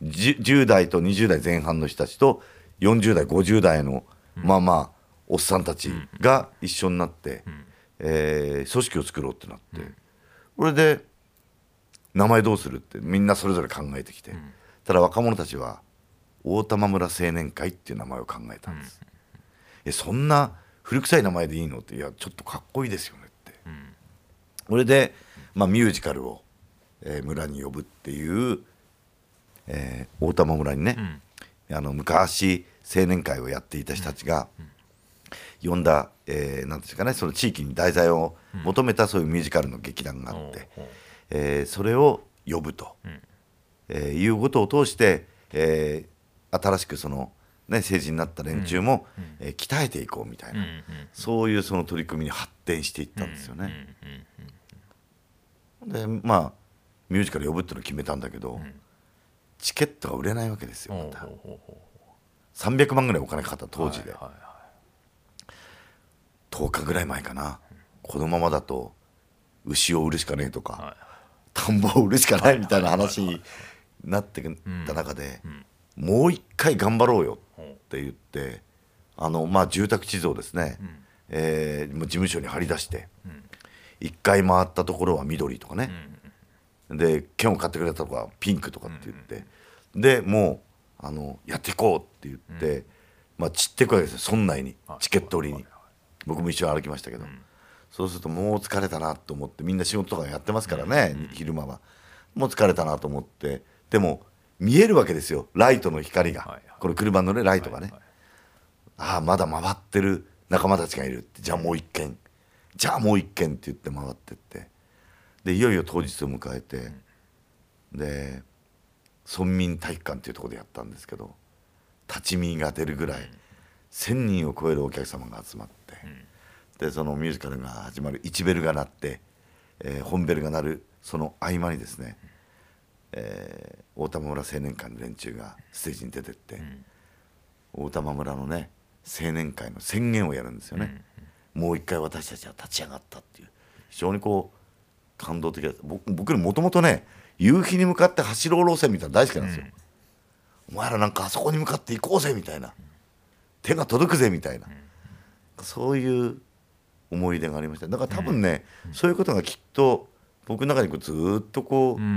じゅう代とにじゅう代前半の人たちとよんじゅう代ごじゅう代の、うん、まあまあおっさんたちが一緒になって、うん、えー、組織を作ろうってなって、うん、これで名前どうするってみんなそれぞれ考えてきて、うん、ただ若者たちは大玉村青年会っていう名前を考えたんです、うん、えそんな古臭い名前でいいのって、いやちょっとかっこいいですよねって、うん、これで、まあ、ミュージカルを、えー、村に呼ぶっていう、えー、大玉村にね、うん、あの昔青年会をやっていた人たちが、うん、呼んだ、えー、なんですかね、その地域に題材を求めたそういうミュージカルの劇団があって、うん、えー、それを呼ぶと、うん、えー、いうことを通して、えー新しくその、ね、成人になった連中も、うん、えー、鍛えていこうみたいな、うんうん、そういうその取り組みに発展していったんですよね、うんうんうん、でまあミュージカル呼ぶってのを決めたんだけど、うん、チケットが売れないわけですよ。またさんびゃくまんぐらいお金かかった当時で、はいはいはい、とおかぐらい前かな、うん、このままだと牛を売るしかねえとか、はいはい、田んぼを売るしかないみたいな話になってた中で、うんうん、もう一回頑張ろうよって言って、あの、まあ、住宅地図をですね、うん、えー、事務所に張り出して、うん、いっかい回ったところは緑とかね、うん、で券を買ってくれたところはピンクとかって言って、うん、でもうあのやっていこうって言って、うん、まあ、散っていくわけですよ、村内にチケット売りに。僕も一緒に歩きましたけど、うん、そうするともう疲れたなと思って、みんな仕事とかやってますからね、うん、昼間はもう疲れたなと思って、でも見えるわけですよ、ライトの光が、はいはい、この車のねライトがね、はいはい、ああまだ回ってる仲間たちがいるって、じゃあもう一軒、じゃあもう一軒って言って回ってって、でいよいよ当日を迎えて、で村民体育館っていうところでやったんですけど、 立ち見が出るぐらいせんにんを超えるお客様が集まって、でそのミュージカルが始まるいちベルが鳴って、えー、本ベルが鳴るその合間にですね、えー、大玉村青年会の連中がステージに出てって、うん、大玉村のね青年会の宣言をやるんですよね、うん、もう一回私たちは立ち上がったっていう非常にこう感動的だった。僕僕らもともとね夕日に向かって走ろう路線みたいなの大好きなんですよ、うん、お前らなんかあそこに向かって行こうぜみたいな、手が届くぜみたいな、そういう思い出がありました。だから多分ね、うん、そういうことがきっと僕の中にこうずっとこう、うん、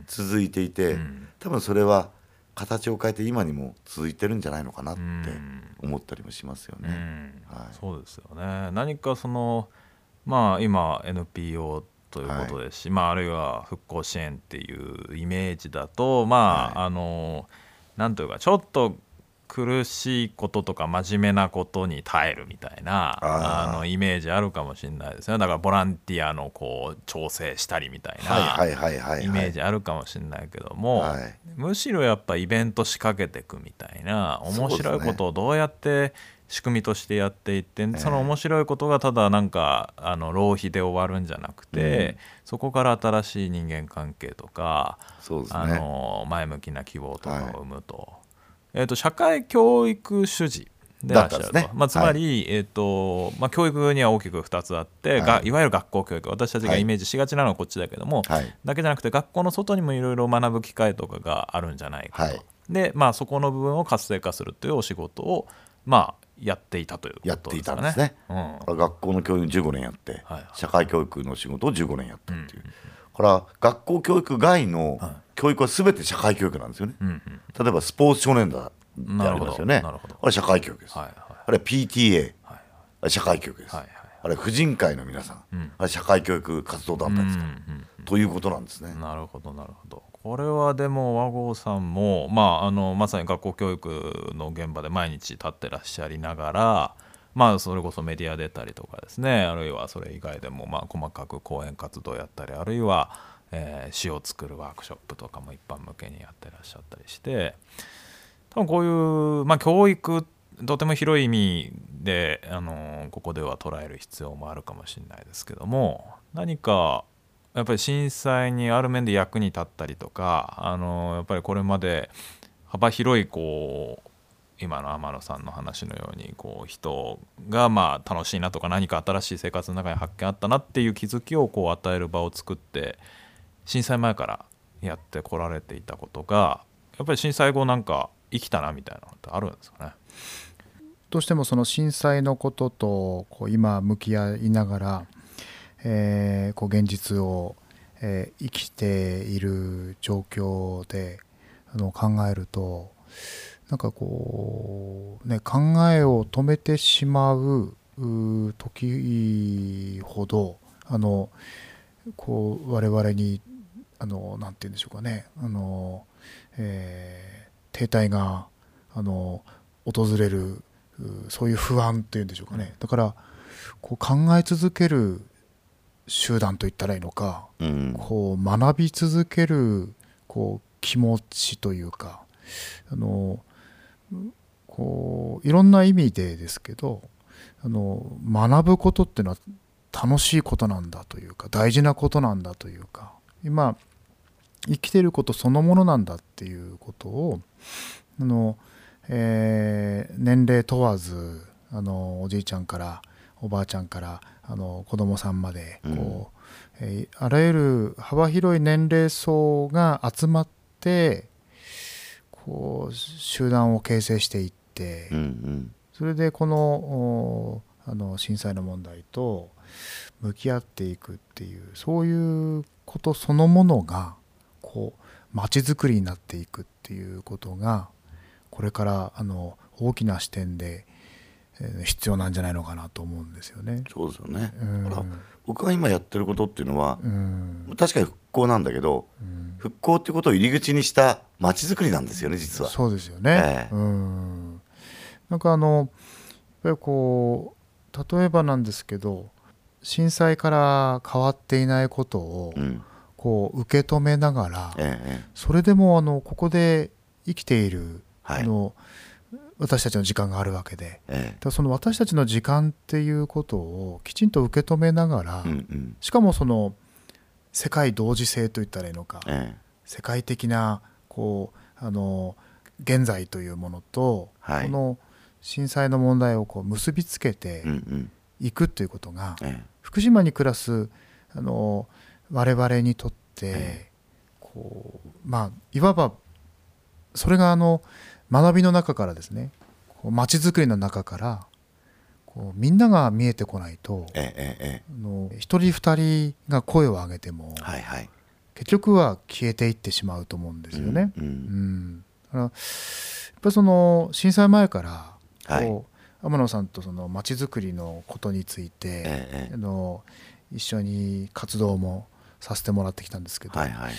続いていて、うん、多分それは形を変えて今にも続いてるんじゃないのかなって思ったりもしますよね、 うんはい、そうですよね。何かそのまあ今 エヌピーオー ということですし、はいまあ、あるいは復興支援っていうイメージだとまあ、はい、あのなんというかちょっと苦しいこととか真面目なことに耐えるみたいなあのイメージあるかもしれないですね。だからボランティアのこう調整したりみたいなイメージあるかもしれないけども、はい、むしろやっぱイベント仕掛けていくみたいな面白いことをどうやって仕組みとしてやっていって、その面白いことがただなんかあの浪費で終わるんじゃなくて、うん、そこから新しい人間関係とかそうですね、 あの前向きな希望とかを生むと、はいえー、と社会教育主事でいらっしゃると、ねまあ、つまり、はいえーとまあ、教育には大きくふたつあって、はい、がいわゆる学校教育私たちがイメージしがちなのはこっちだけども、はい、だけじゃなくて学校の外にもいろいろ学ぶ機会とかがあるんじゃないかと、はいでまあ、そこの部分を活性化するというお仕事を、まあ、やっていたということですかね。 やっていたんですね、うん、学校の教育じゅうごねんやって、はい、社会教育の仕事をじゅうごねんやったっていう、うん、から学校教育外の教育は全て社会教育なんですよね、うんうん、例えばスポーツ少年団ってありますよね。あれ社会教育です、はいはい、あれ ピーティーエー、はいはい、社会教育です、はいはい、あれ婦人会の皆さん、うん、あれ社会教育活動団体ですから、うんうんうん、ということなんですね。 なるほどなるほど。これはでも和合さんも、まあ、あのまさに学校教育の現場で毎日立ってらっしゃりながら、まあ、それこそメディア出たりとかですね、あるいはそれ以外でもまあ細かく講演活動やったり、あるいは、えー、詩を作るワークショップとかも一般向けにやってらっしゃったりして、多分こういう、まあ、教育とても広い意味であのここでは捉える必要もあるかもしれないですけども、何かやっぱり震災にある面で役に立ったりとか、あのやっぱりこれまで幅広いこう今の天野さんの話のようにこう人がまあ楽しいなとか何か新しい生活の中に発見あったなっていう気づきをこう与える場を作って震災前からやってこられていたことがやっぱり震災後なんか生きたなみたいなのってあるんですかね。 どうしてもその震災のこととこう今向き合いながら、えー、こう現実を、えー、生きている状況であの考えるとなんかこうね考えを止めてしまう時ほどあのこう我々にあのなんて言うんでしょうかねあの、えー、停滞があの訪れるそういう不安というんでしょうかね。だからこう考え続ける集団といったらいいのか、うん、こう学び続けるこう気持ちというかあのこういろんな意味でですけどあの学ぶことっていうのは楽しいことなんだというか大事なことなんだというか今生きていることそのものなんだっていうことをあの、えー、年齢問わずあのおじいちゃんからおばあちゃんからあの子供さんまでこう、うんえー、あらゆる幅広い年齢層が集まってこう集団を形成していって、うんうん、それでこの、あの震災の問題と向き合っていくっていうそういうことそのものがこう街づくりになっていくっていうことがこれからあの大きな視点で必要なんじゃないのかなと思うんですよね。 そうですよね、うん、だから僕が今やってることっていうのは、うん、確かに復興なんだけど、うん、復興っていうことを入り口にした街づくりなんですよね実は。 そうですよね、えー、うんなんかあのやっぱりこう例えばなんですけど震災から変わっていないことを、うんこう受け止めながら、ええ、それでもあのここで生きている、はい、あの私たちの時間があるわけで、 ええ、 だからその私たちの時間っていうことをきちんと受け止めながら、 うんうん、 しかもその世界同時性といったらいいのか、 ええ、 世界的なこうあの現在というものと、はい、この震災の問題をこう結びつけていくということが、うんうん、ええ、福島に暮らすあの我々にとって、ええ、こうまあいわばそれがあの学びの中からですね、まちづくりの中からこうみんなが見えてこないと、 ええええ、 あの一人二人が声を上げても、はいはい、結局は消えていってしまうと思うんですよね。うんうんうん、だからやっぱりその震災前からこう、はい、天野さんとそのまちづくりのことについて、ええ、あの一緒に活動もさせてもらってきたんですけど、はいはい、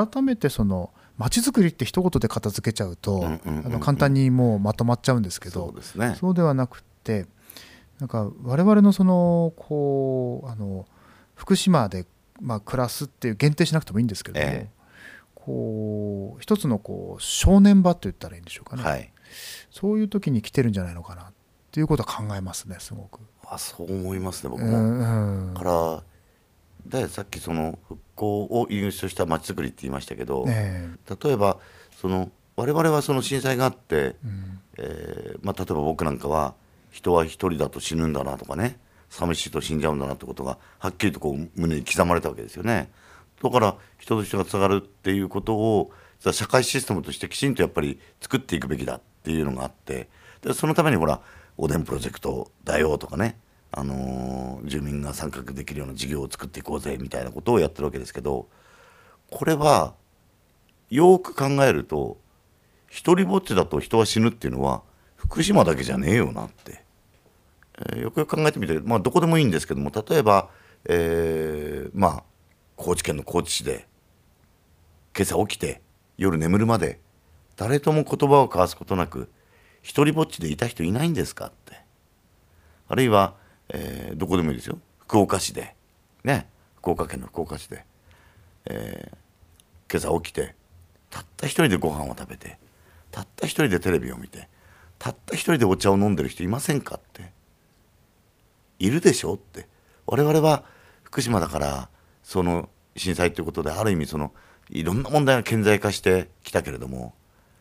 改めてそのまちづくりって一言で片付けちゃうと、うんうんうんうん、あの簡単にもうまとまっちゃうんですけど、 そうですね、そうではなくて、なんか我々のそのこうあの福島でまあ暮らすっていう限定しなくてもいいんですけども、ええ、こう一つのこう正念場と言ったらいいんでしょうかね、はい、そういう時に来てるんじゃないのかなっていうことは考えますね、すごく。 あ、そう思いますね、僕も。うんうん、からでさっきその復興を入り口としたまちづくりって言いましたけど、えー、例えばその我々はその震災があって、うんえーまあ、例えば僕なんかは人は一人だと死ぬんだなとかね、寂しいと死んじゃうんだなってことがはっきりとこう胸に刻まれたわけですよね。だから人と人がつながるっていうことを社会システムとしてきちんとやっぱり作っていくべきだっていうのがあって、でそのためにほらおでんプロジェクトだよとかね、あのー、住民が参画できるような事業を作っていこうぜみたいなことをやってるわけですけど、これはよく考えると一人ぼっちだと人は死ぬっていうのは福島だけじゃねえよなって、えー、よくよく考えてみて、まあ、どこでもいいんですけども、例えば、えー、まあ高知県の高知市で今朝起きて夜眠るまで誰とも言葉を交わすことなく一人ぼっちでいた人いないんですかって、あるいはえー、どこでもいいですよ、福岡市でね、福岡県の福岡市で、えー、今朝起きてたった一人でご飯を食べて、たった一人でテレビを見て、たった一人でお茶を飲んでる人いませんかって、いるでしょって。我々は福島だからその震災ということである意味そのいろんな問題が顕在化してきたけれども、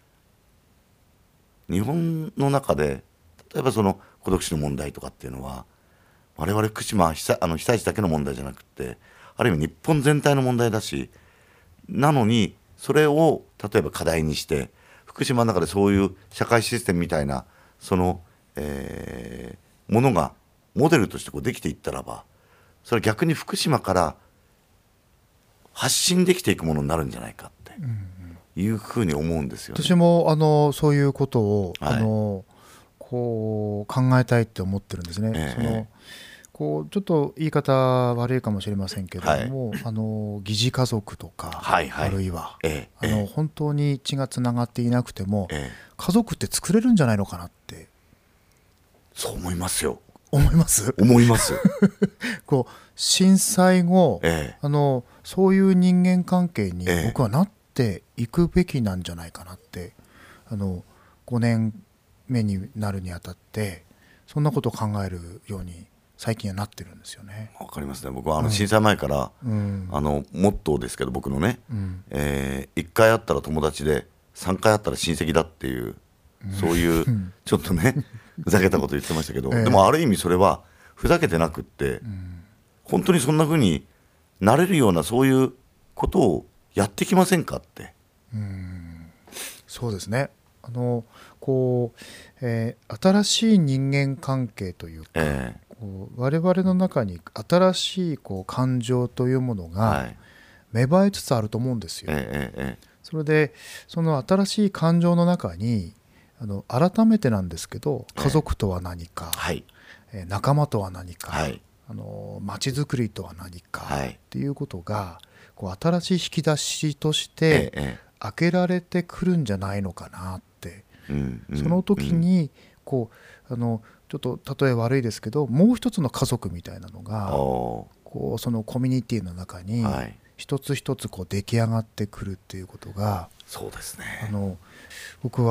日本の中で例えばその孤独死の問題とかっていうのは我々福島被災、あの被災地だけの問題じゃなくて、ある意味日本全体の問題だし、なのにそれを例えば課題にして福島の中でそういう社会システムみたいなその、えー、ものがモデルとしてこうできていったらば、それは逆に福島から発信できていくものになるんじゃないかっていうふうに思うんですよね。 私もあのそういうことを、はい、あのこう考えたいって思ってるんですね。えー、そのこうちょっと言い方悪いかもしれませんけれども、はい、あの疑似家族とか、はいはい、あるいは、えー、あの本当に血がつながっていなくても、えー、家族って作れるんじゃないのかなって。 そう思いますよ。 思います思いますこう震災後、えー、あのそういう人間関係に僕はなっていくべきなんじゃないかなって、あのごねんめになるにあたってそんなことを考えるように最近はなってるんですよね。 わかりますね。僕はあの震災前から、うん、あのモットーですけど僕のね、うんえー、いっかい会ったら友達でさんかい会ったら親戚だっていう、うん、そういうちょっとねふざけたこと言ってましたけど、えー、でもある意味それはふざけてなくって、うん、本当にそんな風になれるようなそういうことをやってきませんかって。 うん、そうですね。あのこう、えー、新しい人間関係というか、えーこう我々の中に新しいこう感情というものが芽生えつつあると思うんですよ。はいええ、それでその新しい感情の中にあの改めてなんですけど、家族とは何か、はい、仲間とは何か、はい、あの街づくりとは何か、はい、っていうことがこう新しい引き出しとして開けられてくるんじゃないのかなって、うんうん、その時にこうあのちょっと例え悪いですけど、もう一つの家族みたいなのがこうそのコミュニティの中に一つ一つこう出来上がってくるっていうことが、 そうですね、 あの僕は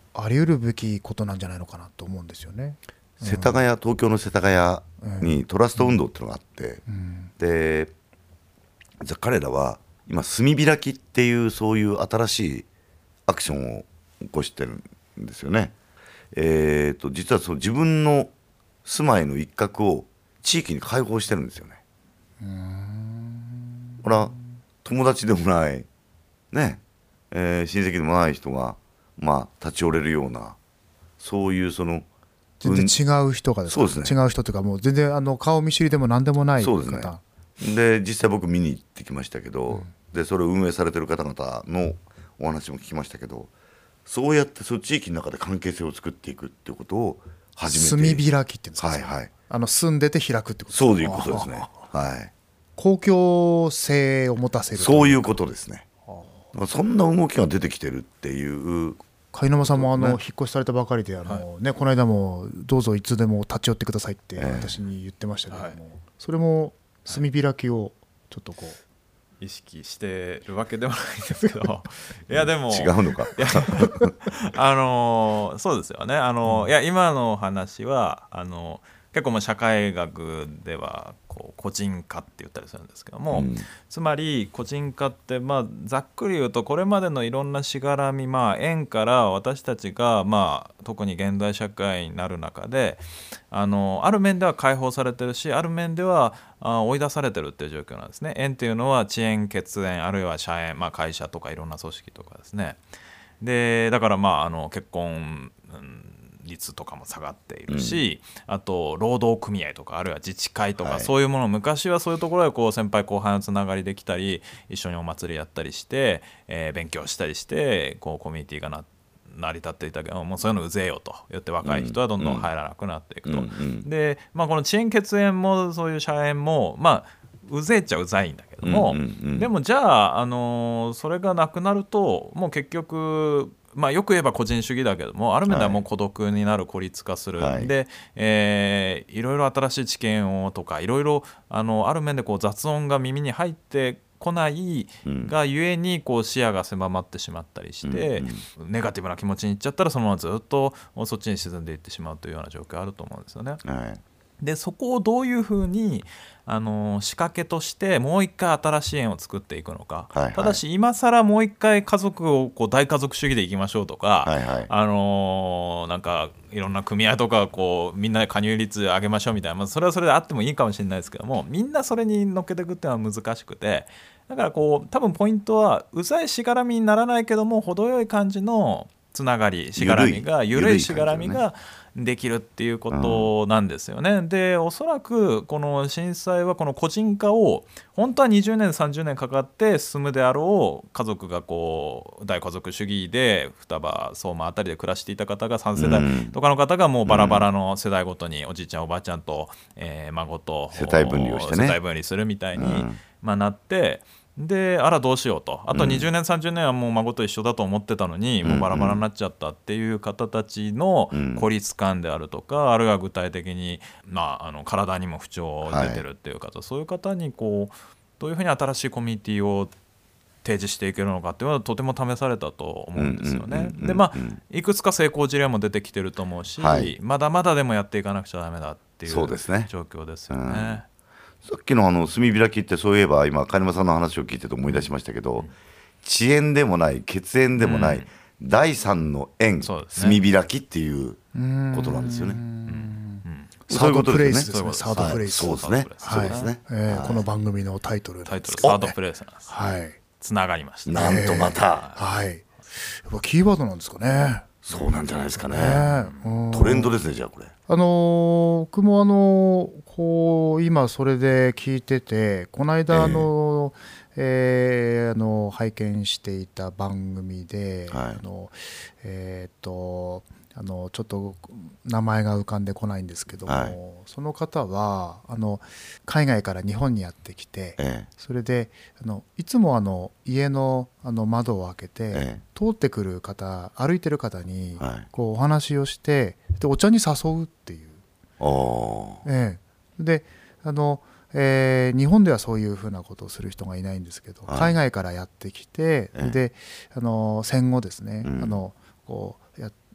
あり得るべきことなんじゃないのかなと思うんですよね。 世田谷、東京の世田谷にトラスト運動っていうのがあって、うん、でじゃ彼らは今炭開きっていうそういう新しいアクションを起こしてるんですよね。えー、と実はその自分の住まいの一角を地域に開放してるんですよね。うーん、ほら友達でもないね、えー、親戚でもない人がまあ立ち寄れるようなそういうその全然違う人がですか、そうですね、違う人というかもう全然あの顔見知りでも何でもない方。 そうですね。で実際僕見に行ってきましたけど、うん、でそれを運営されてる方々のお話も聞きましたけど、そうやってその地域の中で関係性を作っていくっていうことを始めて、 炭開きっていうんですか、 はいはい、 あの住んでて開くってことですか。 そういうことですね。はい、 公共性を持たせる、 そういうことですね。そんな動きが出てきてるっていう。 貝沼さんもあの引っ越しされたばかりであの、ね、この間もどうぞいつでも立ち寄ってくださいって私に言ってましたけども、えーはい、それも炭開きをちょっとこう意識してるわけではないんですけどいやでも違うのかあのそうですよね。あの、うん、いや今の話はあの結構もう社会学ではこう個人化って言ったりするんですけども、うん、つまり個人化ってまあざっくり言うとこれまでのいろんなしがらみ、まあ縁から私たちがまあ特に現代社会になる中であのある面では解放されてるし、ある面ではあ追い出されてるっていう状況なんですね。縁っていうのは遅延血縁あるいは社縁、まあ、会社とかいろんな組織とかですね。でだからまああの結婚、うん率とかも下がっているし、うん、あと労働組合とかあるいは自治会とか、はい、そういうもの昔はそういうところでこう先輩後輩のつながりできたり一緒にお祭りやったりして、えー、勉強したりしてこうコミュニティがな成り立っていたけどもうそういうのうぜえよと言って若い人はどんどん入らなくなっていくと、うんうん、で、まあ、この遅延血縁もそういう社縁もまあうぜえっちゃうざいんだけども、うんうんうん、でもじゃあ、あのー、それがなくなるともう結局まあ、よく言えば個人主義だけどもある面ではもう孤独になる、孤立化する、はい、で、えー、いろいろ新しい知見をとかいろいろ あの、ある面でこう雑音が耳に入ってこないがゆえにこう視野が狭まってしまったりして、うんうん、ネガティブな気持ちにいっちゃったらそのままずっとそっちに沈んでいってしまうというような状況あると思うんですよね。はい、でそこをどういうふうにあの仕掛けとしてもう一回新しい縁を作っていくのか、はいはい、ただし今更もう一回家族をこう大家族主義でいきましょうとか、はいはい、あのー、なんかいろんな組合とかこうみんなで加入率上げましょうみたいな、まあ、それはそれであってもいいかもしれないですけどもみんなそれに乗っけていくっていうのは難しくて、だからこう多分ポイントはうざいしがらみにならないけども程よい感じのつながりしがらみが緩いしがらみができるっていうことなんですよね。でおそらくこの震災はこの個人化を本当はにじゅうねんさんじゅうねんかかって進むであろう家族がこう大家族主義で双葉相馬あたりで暮らしていた方がさん世代とかの方がもうバラバラの世代ごとにおじいちゃんおばあちゃんと、えー、孫と世帯分離をしてね世帯分離するみたいに、まあ、なってであらどうしようとあとにじゅうねんさんじゅうねんはもう孫と一緒だと思ってたのに、うん、もうバラバラになっちゃったっていう方たちの孤立感であるとか、うん、あるいは具体的に、まあ、あの体にも不調出てるっていう方、はい、そういう方にこうどういうふうに新しいコミュニティを提示していけるのかっていうのはとても試されたと思うんですよね。でまあいくつか成功事例も出てきてると思うし、はい、まだまだでもやっていかなくちゃダメだっていう状況ですよね。 さっきのあの炭開きってそういえば今金間さんの話を聞いてて思い出しましたけど、うん、遅延でもない血縁でもない、うん、第三の縁、炭開きっていうことなんですよね。 サードプレイスですね。サードプレイス。 そうですね。そうですね。 この番組のタイトルタイトルサードプレイスなんです。はい。つながりました。 なんとまた、 はい。やっぱキーワードなんですかね。 そうなんじゃないですかね。トレンドですねじゃあこれ。 あの僕もあのこう今それで聞いててこの間あの、えーえー、あの拝見していた番組で、はい、あのえー、っとあのちょっと名前が浮かんでこないんですけども、はい、その方はあの海外から日本にやってきて、ええ、それであのいつもあの家 の, あの窓を開けて、ええ、通ってくる方歩いてる方に、はい、こうお話をしてでお茶に誘うっていう、ええ、であの、えー、日本ではそういうふうなことをする人がいないんですけど、はい、海外からやってきて、ええ、であの戦後ですね、うん、あのこうや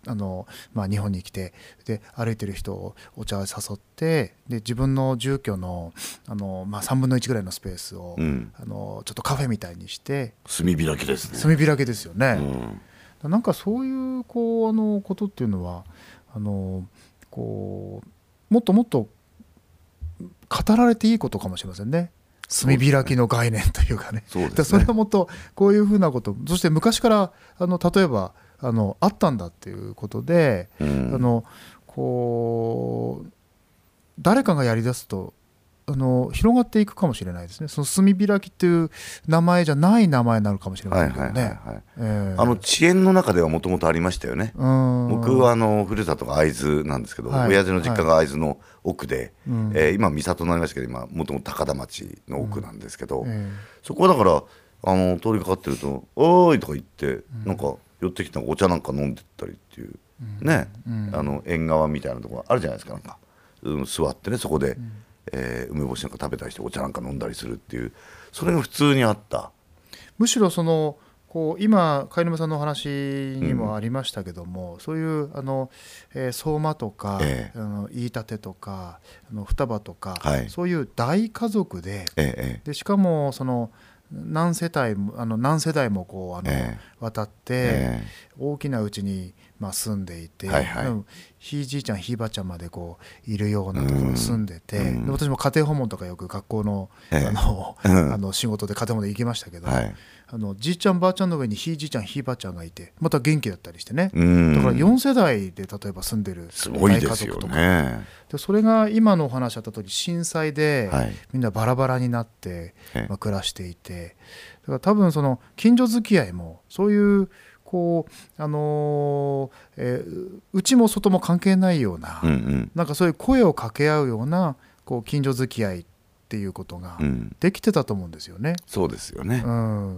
あの、まあ、日本に来てで歩いてる人をお茶を誘ってで自分の住居の、あの、まあ、さんぶんのいちぐらいのスペースを、うん、あのちょっとカフェみたいにして炭開きですね。 炭開きですよね、うん、なんかそういうこうあのことっていうのはあのこうもっともっと語られていいことかもしれませんね。炭開きの概念というかね。 そうですね。 それはもっとこういうふうなこと、そして昔からあの例えばあのあったんだっていうことで、うん、あのこう誰かがやりだすとあの広がっていくかもしれないですね。その炭開きっていう名前じゃない名前になるかもしれませんけどね。 あの遅延の中ではもともとありましたよね。僕はあのふるさとが会津なんですけど、はい、親父の実家が会津の奥で、はいえー、今三郷になりましたけど今もともと高田町の奥なんですけど、うんえー、そこはだからあの通りかかってると「おーい」とか言って、うん、なんか寄ってきたお茶なんか飲んでったりっていう、うん、ね、うん、あの縁側みたいなところあるじゃないですか。なんか、うん、座ってねそこで、うんえー、梅干しなんか食べたりしてお茶なんか飲んだりするっていうそれが普通にあった。 むしろそのこう今貝沼さんのお話にもありましたけども、うん、そういうあの、えー、相馬とか、えー、あの飯舘とかあの双葉とか、はい、そういう大家族 で,、えー、でしかもその何世帯もあの何世代もこうあの、えー、渡って、えー、大きなうちにまあ住んでいて、はいはい、ひいじいちゃんひいばあちゃんまでこういるようなところに住んでて、うん、で私も家庭訪問とかよく学校 の,、えー、あの、うん、あの仕事で家庭訪問で行きましたけど、はい、あのじいちゃんばあちゃんの上にひいじいちゃんひいばあちゃんがいてまた元気だったりしてね、うん、だからよん世代で例えば住んでる大家族とか、ね、でそれが今のお話あった通り震災でみんなバラバラになって、はいまあ、暮らしていてだから多分その近所付き合いもそういうこうあのーえー、内も外も関係ないような、うんうん、なんかそういう声を掛け合うようなこう近所付き合いっていうことができてたと思うんですよね、うん、 そうですよね、 うん、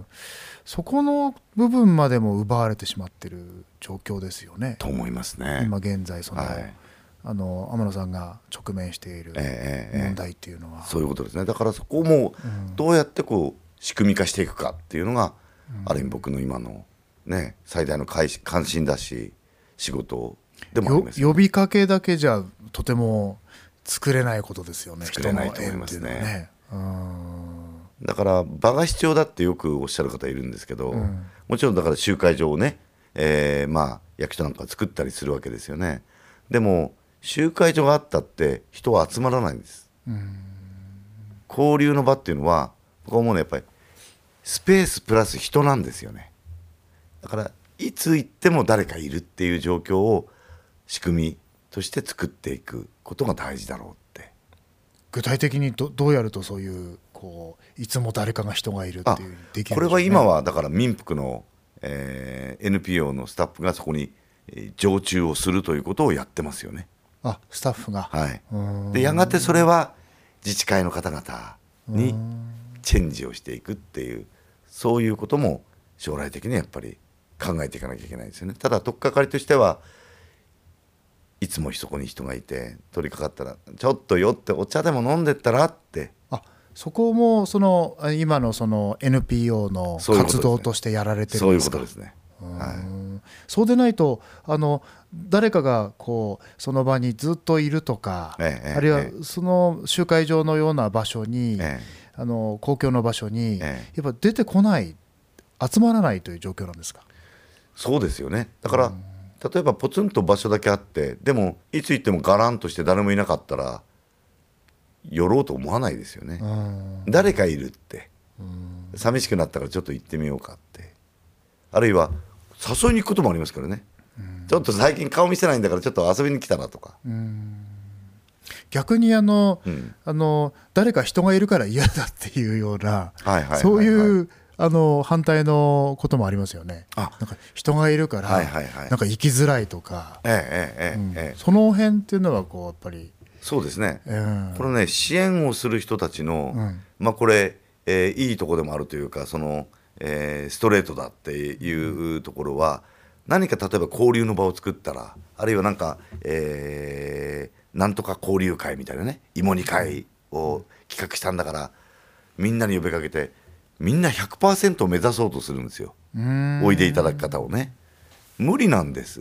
そこの部分までも奪われてしまってる状況ですよねと思いますね。 今現在その、はい、あの天野さんが直面している問題っていうのは、 えーえー、そういうことですね。だからそこもどうやってこう仕組み化していくかっていうのが、うん、ある意味僕の今のね、最大の関心だし仕事でもありますよね。 呼びかけだけじゃとても作れないことですよね。 作れないと思いますね。 人の縁っていうのはね、 うん、だから場が必要だってよくおっしゃる方いるんですけど、うん、もちろんだから集会場をね、えー、まあ役所なんか作ったりするわけですよね。でも集会場があったって人は集まらないんです、うん、交流の場っていうのは僕は思うのはやっぱりスペースプラス人なんですよね。だからいつ行っても誰かいるっていう状況を仕組みとして作っていくことが大事だろうって。 具体的に ど, どうやるとそういうこういつも誰かが人がいるっていうできるんでしょうね。 これは今はだから民福の、えー、エヌピーオー のスタッフがそこに常駐をするということをやってますよね。 あ、スタッフが、 はい、でやがてそれは自治会の方々にチェンジをしていくっていうそういうことも将来的にやっぱり考えていかなきゃいけないですよね。ただ取っかかりとしてはいつもそこに人がいて取り掛かったらちょっとよってお茶でも飲んでったらって。 あ、そこもその今のその エヌピーオー の活動としてやられてるんですか。 そういうことですね。はい、 そうでないとあの誰かがこうその場にずっといるとか、ええ、あるいはその集会場のような場所に、ええ、あの公共の場所に、ええ、やっぱ出てこない集まらないという状況なんですか。 そうですよね。だから例えばポツンと場所だけあってでもいつ行ってもガランとして誰もいなかったら寄ろうと思わないですよね。誰かいるって寂しくなったからちょっと行ってみようかってあるいは誘いに行くこともありますからね。ちょっと最近顔見せないんだからちょっと遊びに来たなとか。 うん逆にあの、うん、あの誰か人がいるから嫌だっていうような、はいはいはいはい、そういうあの反対のこともありますよね。あ、なんか人がいるから、はいはいはい、なんか行きづらいとか、ええええうんええ、その辺っていうのはこうやっぱりそうですね、えー、これね支援をする人たちの、うんまあ、これ、えー、いいところでもあるというかその、えー、ストレートだっていうところは何か例えば交流の場を作ったらあるいはなんか、えー、なんとか交流会みたいなね芋煮会を企画したんだからみんなに呼びかけてみんな ひゃくパーセント を目指そうとするんですよ。おいでいただく方をね無理なんです。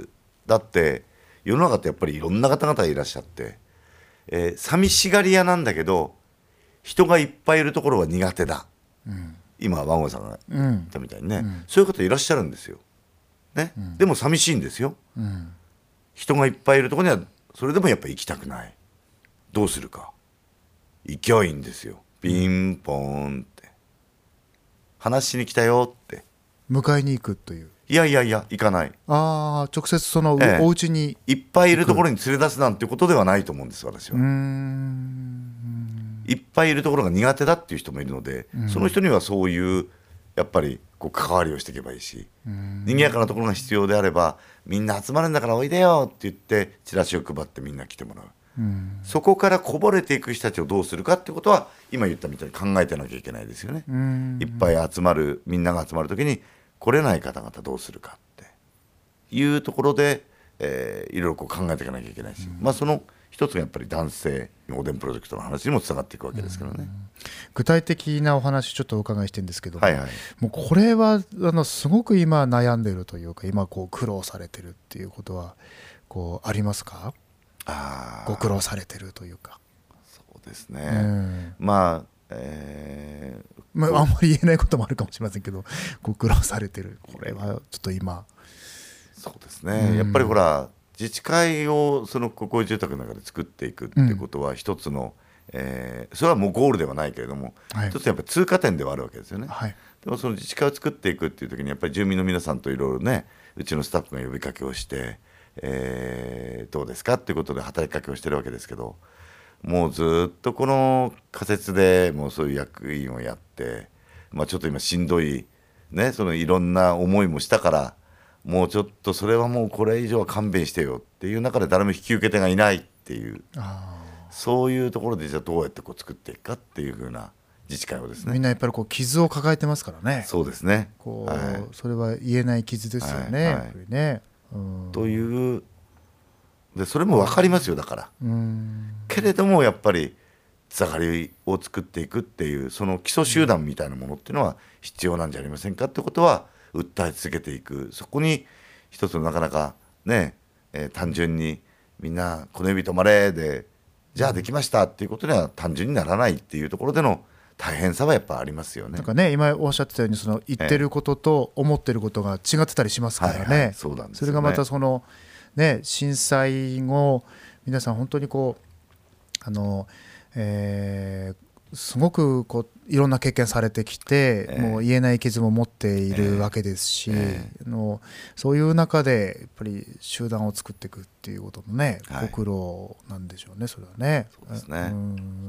だって世の中ってやっぱりいろんな方々がいらっしゃって、えー、寂しがり屋なんだけど人がいっぱいいるところは苦手だ、うん、今ワンゴさんが言ったみたいにね、うん、そういう方いらっしゃるんですよ、ねうん、でも寂しいんですよ、うん、人がいっぱいいるところにはそれでもやっぱり行きたくない。どうするか、行きゃいいんですよ。ピンポーンって話しに来たよって迎えに行くという。 いやいやいや行かない。 ああ、直接その、ええ、お家にいっぱいいるところに連れ出すなんてことではないと思うんです私は。うーん、いっぱいいるところが苦手だっていう人もいるので、うん、その人にはそういうやっぱりこう関わりをしていけばいいし、賑やかなところが必要であればみんな集まるんだからおいでよって言ってチラシを配ってみんな来てもらう。うん、そこからこぼれていく人たちをどうするかってことは今言ったみたいに考えてなきゃいけないですよね。うん、いっぱい集まるみんなが集まるときに来れない方々どうするかっていうところで、えー、いろいろこう考えていかなきゃいけないし、うん、まあその一つがやっぱり男性おでんプロジェクトの話にもつながっていくわけですからね。うん、 具体的なお話ちょっとお伺いしてるんですけども、 はいはい、 もうこれはあのすごく今悩んでいるというか今こう苦労されてるっていうことはこうありますか？あ、ご苦労されてるというか。 そうですね、うん、まあ、えーまあ、あんまり言えないこともあるかもしれませんけどご苦労されてる、これはちょっと今そうですね、うん、やっぱりほら自治会をその国有住宅の中で作っていくっていうことは一つの、うん、えー、それはもうゴールではないけれども、はい、一つやっぱり通過点ではあるわけですよね、はい、でもその自治会を作っていくっていう時にやっぱり住民の皆さんといろいろねうちのスタッフが呼びかけをしてえー、どうですかっていうことで働きかけをしてるわけですけど、もうずっとこの仮設でもうそういう役員をやって、まあ、ちょっと今しんどい、ね、そのいろんな思いもしたからもうちょっとそれはもうこれ以上は勘弁してよっていう中で誰も引き受け手がいないっていう、そういうところでじゃあどうやってこう作っていくかっていう風な自治会をですね、 みんなやっぱりこう傷を抱えてますからね。 そうですね、 こう、はい、それは言えない傷ですよね、はいはい、やっぱりね、うん、 というでそれも分かりますよ。だからうんけれどもやっぱりつながりを作っていくっていうその基礎集団みたいなものっていうのは必要なんじゃありませんかってことは訴え続けていく。そこに一つのなかなかね、えー、単純にみんなこの指止まれでじゃあできましたっていうことには単純にならないっていうところでの大変さはやっぱありますよね。 なんかね、今おっしゃってたようにその言ってることと思ってることが違ってたりしますからね、はいはい、そうなんですよね。それがまたそのね、震災後皆さん本当にこうあの、えー、すごくこういろんな経験されてきて、えー、もう言えない傷も持っているわけですし、えー、あのそういう中でやっぱり集団を作っていくっていうことのね、はい、ご苦労なんでしょうね、それはね。 そうですね。うん、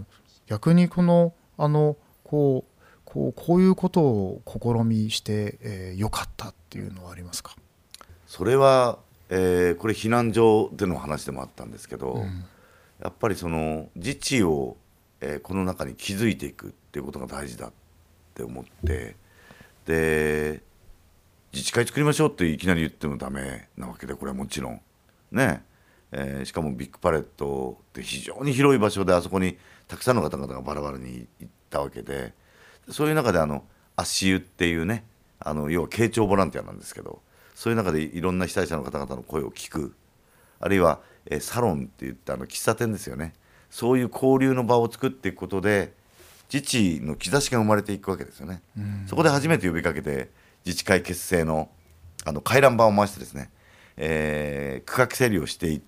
逆にこのあのこうこうこういうことを試みしてえー、よかったっていうのはありますか？ それはえー、これ避難所での話でもあったんですけど、うん、やっぱりその自治を、えー、この中に築いていくっていうことが大事だって思って、で自治会作りましょうっていきなり言ってもダメなわけで、これはもちろんね、えー、しかもビッグパレットって非常に広い場所であそこにたくさんの方々がバラバラに行ったわけで、そういう中であの足湯っていうね、あの要は慶長ボランティアなんですけど、そういう中でいろんな被災者の方々の声を聞く、あるいは、えー、サロンっていったあの喫茶店ですよね、そういう交流の場を作っていくことで自治の兆しが生まれていくわけですよね。うん、そこで初めて呼びかけて自治会結成のあの回覧板を回してですね、えー、区画整理をしていった、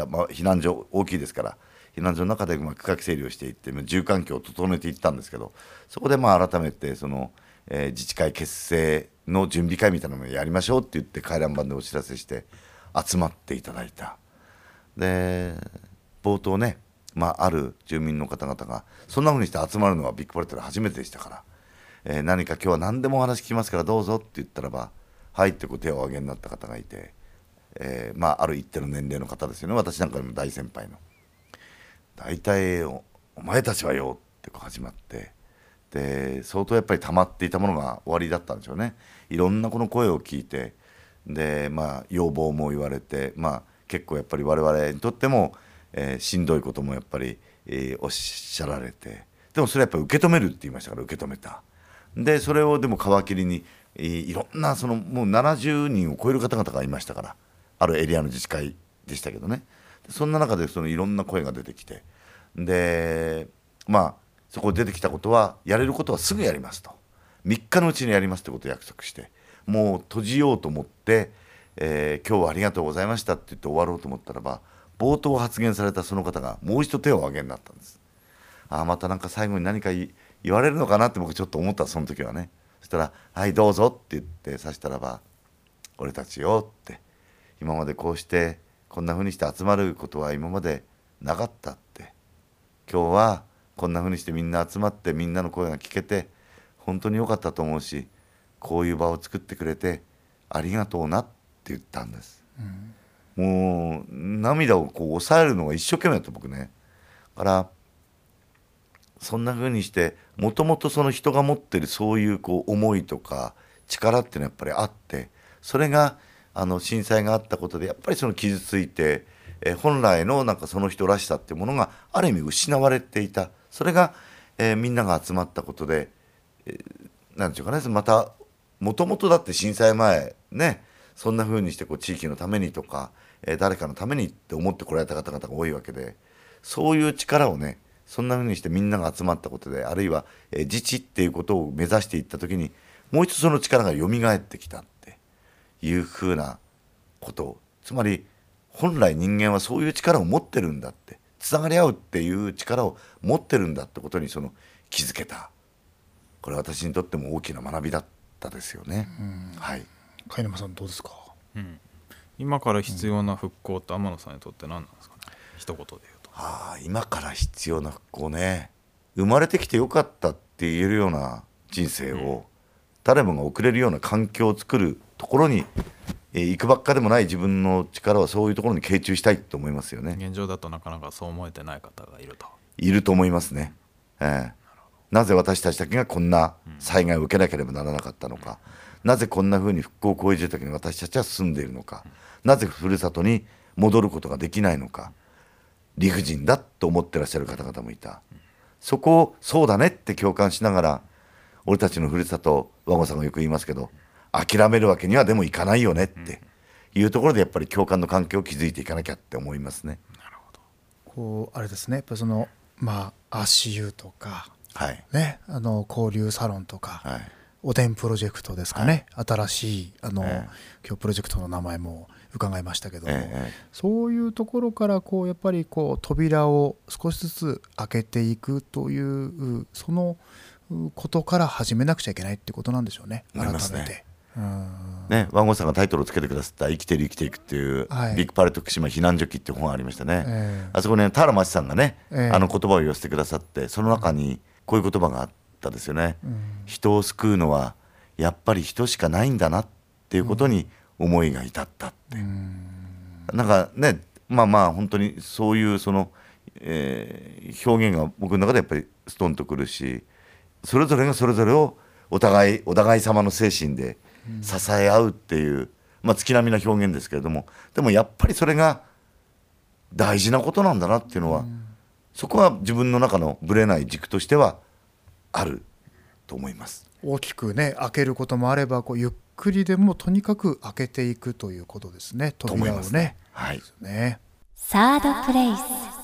まあ、避難所大きいですから避難所の中でまあ区画整理をしていって住環境を整えていったんですけど、そこでまあ改めてその、えー、自治会結成の準備会みたいなのをやりましょうって言って回覧板でお知らせして集まっていただいた。で冒頭ね、まあ、ある住民の方々がそんな風にして集まるのはビッグパレットで初めてでしたから、えー、何か今日は何でもお話聞きますからどうぞって言ったらばはいってこう手を挙げになった方がいて、えーまあ、ある一定の年齢の方ですよね。私なんかでも大先輩の大体 お, お前たちはよってこう始まって、で相当やっぱり溜まっていたものが終わりだったんでしょうね。いろんなこの声を聞いて、で、まあ、要望も言われて、まあ、結構やっぱり我々にとっても、えー、しんどいこともやっぱり、えー、おっしゃられて、でもそれはやっぱり受け止めるって言いましたから受け止めた。でそれをでも皮切りに、えー、いろんなそのもうななじゅうにんを超える方々がいましたからあるエリアの自治会でしたけどね。そんな中でそのいろんな声が出てきて、でまあそこで出てきたことは、やれることはすぐやりますと、みっかのうちにやりますってことを約束して、もう閉じようと思って、えー、今日はありがとうございましたって言って終わろうと思ったらば、冒頭発言されたその方がもう一度手を挙げになったんです。ああまたなんか最後に何か言われるのかなって僕ちょっと思った、その時はね。そしたらはいどうぞって言ってさしたらば、俺たちよって、今までこうしてこんな風にして集まることは今までなかったって、今日はこんな風にしてみんな集まってみんなの声が聞けて本当に良かったと思うし、こういう場を作ってくれてありがとうなって言ったんです、うん、もう涙をこう抑えるのが一生懸命だった僕ね。だからそんな風にしてもともとその人が持ってるそういうこう思いとか力っていうのはやっぱりあって、それがあの震災があったことでやっぱりその傷ついて、えー、本来のなんかその人らしさっていうものがある意味失われていた。それが、えー、みんなが集まったことで、えー、なんていうかね、またもともとだって震災前ね、そんな風にしてこう地域のためにとか、えー、誰かのためにって思ってこられた方々が多いわけで、そういう力をね、そんな風にしてみんなが集まったことで、あるいは、えー、自治っていうことを目指していった時にもう一度その力が蘇ってきたっていう風なことを、つまり本来人間はそういう力を持ってるんだって、つながり合うっていう力を持ってるんだってことにその気づけた。これは私にとっても大きな学びだったですよね。はい。 貝沼さんどうですか。 うん、今から必要な復興って天野さんにとって何なんですかね、一言で言うと。 はあ、今から必要な復興ね、生まれてきてよかったって言えるような人生を誰もが送れるような環境を作るところに、えー、行くばっかでもない自分の力はそういうところに傾注したいと思いますよね。 現状だとなかなかそう思えてない方がいるといると思いますね、えー、なぜ私たちだけがこんな災害を受けなければならなかったのか、うん、なぜこんな風に復興工事住宅に私たちは住んでいるのか、うん、なぜふるさとに戻ることができないのか、理不尽だと思ってらっしゃる方々もいた、うん、そこをそうだねって共感しながら、俺たちのふるさと、和合さんがよく言いますけど、諦めるわけにはでもいかないよねっていうところでやっぱり共感の関係を築いていかなきゃって思いますね。 なるほど。 こうあれですね、やっぱりそのまあ足湯とか、 はいね、あの交流サロンとか、はい、おでんプロジェクトですかね、はい、新しいあの、えー、今日プロジェクトの名前も伺いましたけども、えー、そういうところからこうやっぱりこう扉を少しずつ開けていくというそのことから始めなくちゃいけないってことなんでしょうね。改めてね、和合さんがタイトルをつけてくださった生きてる生きていくっていう、はい、ビッグパレット福島避難所記っていう本がありましたね、えー、あそこに、ね、田原町さんがね、えー、あの言葉を寄せてくださって、その中にこういう言葉があったですよね、うん、人を救うのはやっぱり人しかないんだなっていうことに思いが至ったって、うん、なんかね、まあまあ本当にそういうその、えー、表現が僕の中でやっぱりストンとくるし、それぞれがそれぞれをお互いお互い様の精神で支え合うっていう、まあ、月並みな表現ですけれども、でもやっぱりそれが大事なことなんだなっていうのは、うん、そこは自分の中のぶれない軸としてはあると思います。 大きくね開けることもあれば、こうゆっくりでもとにかく開けていくということですね。扉をね。 はい。 ね。 サードプレイス。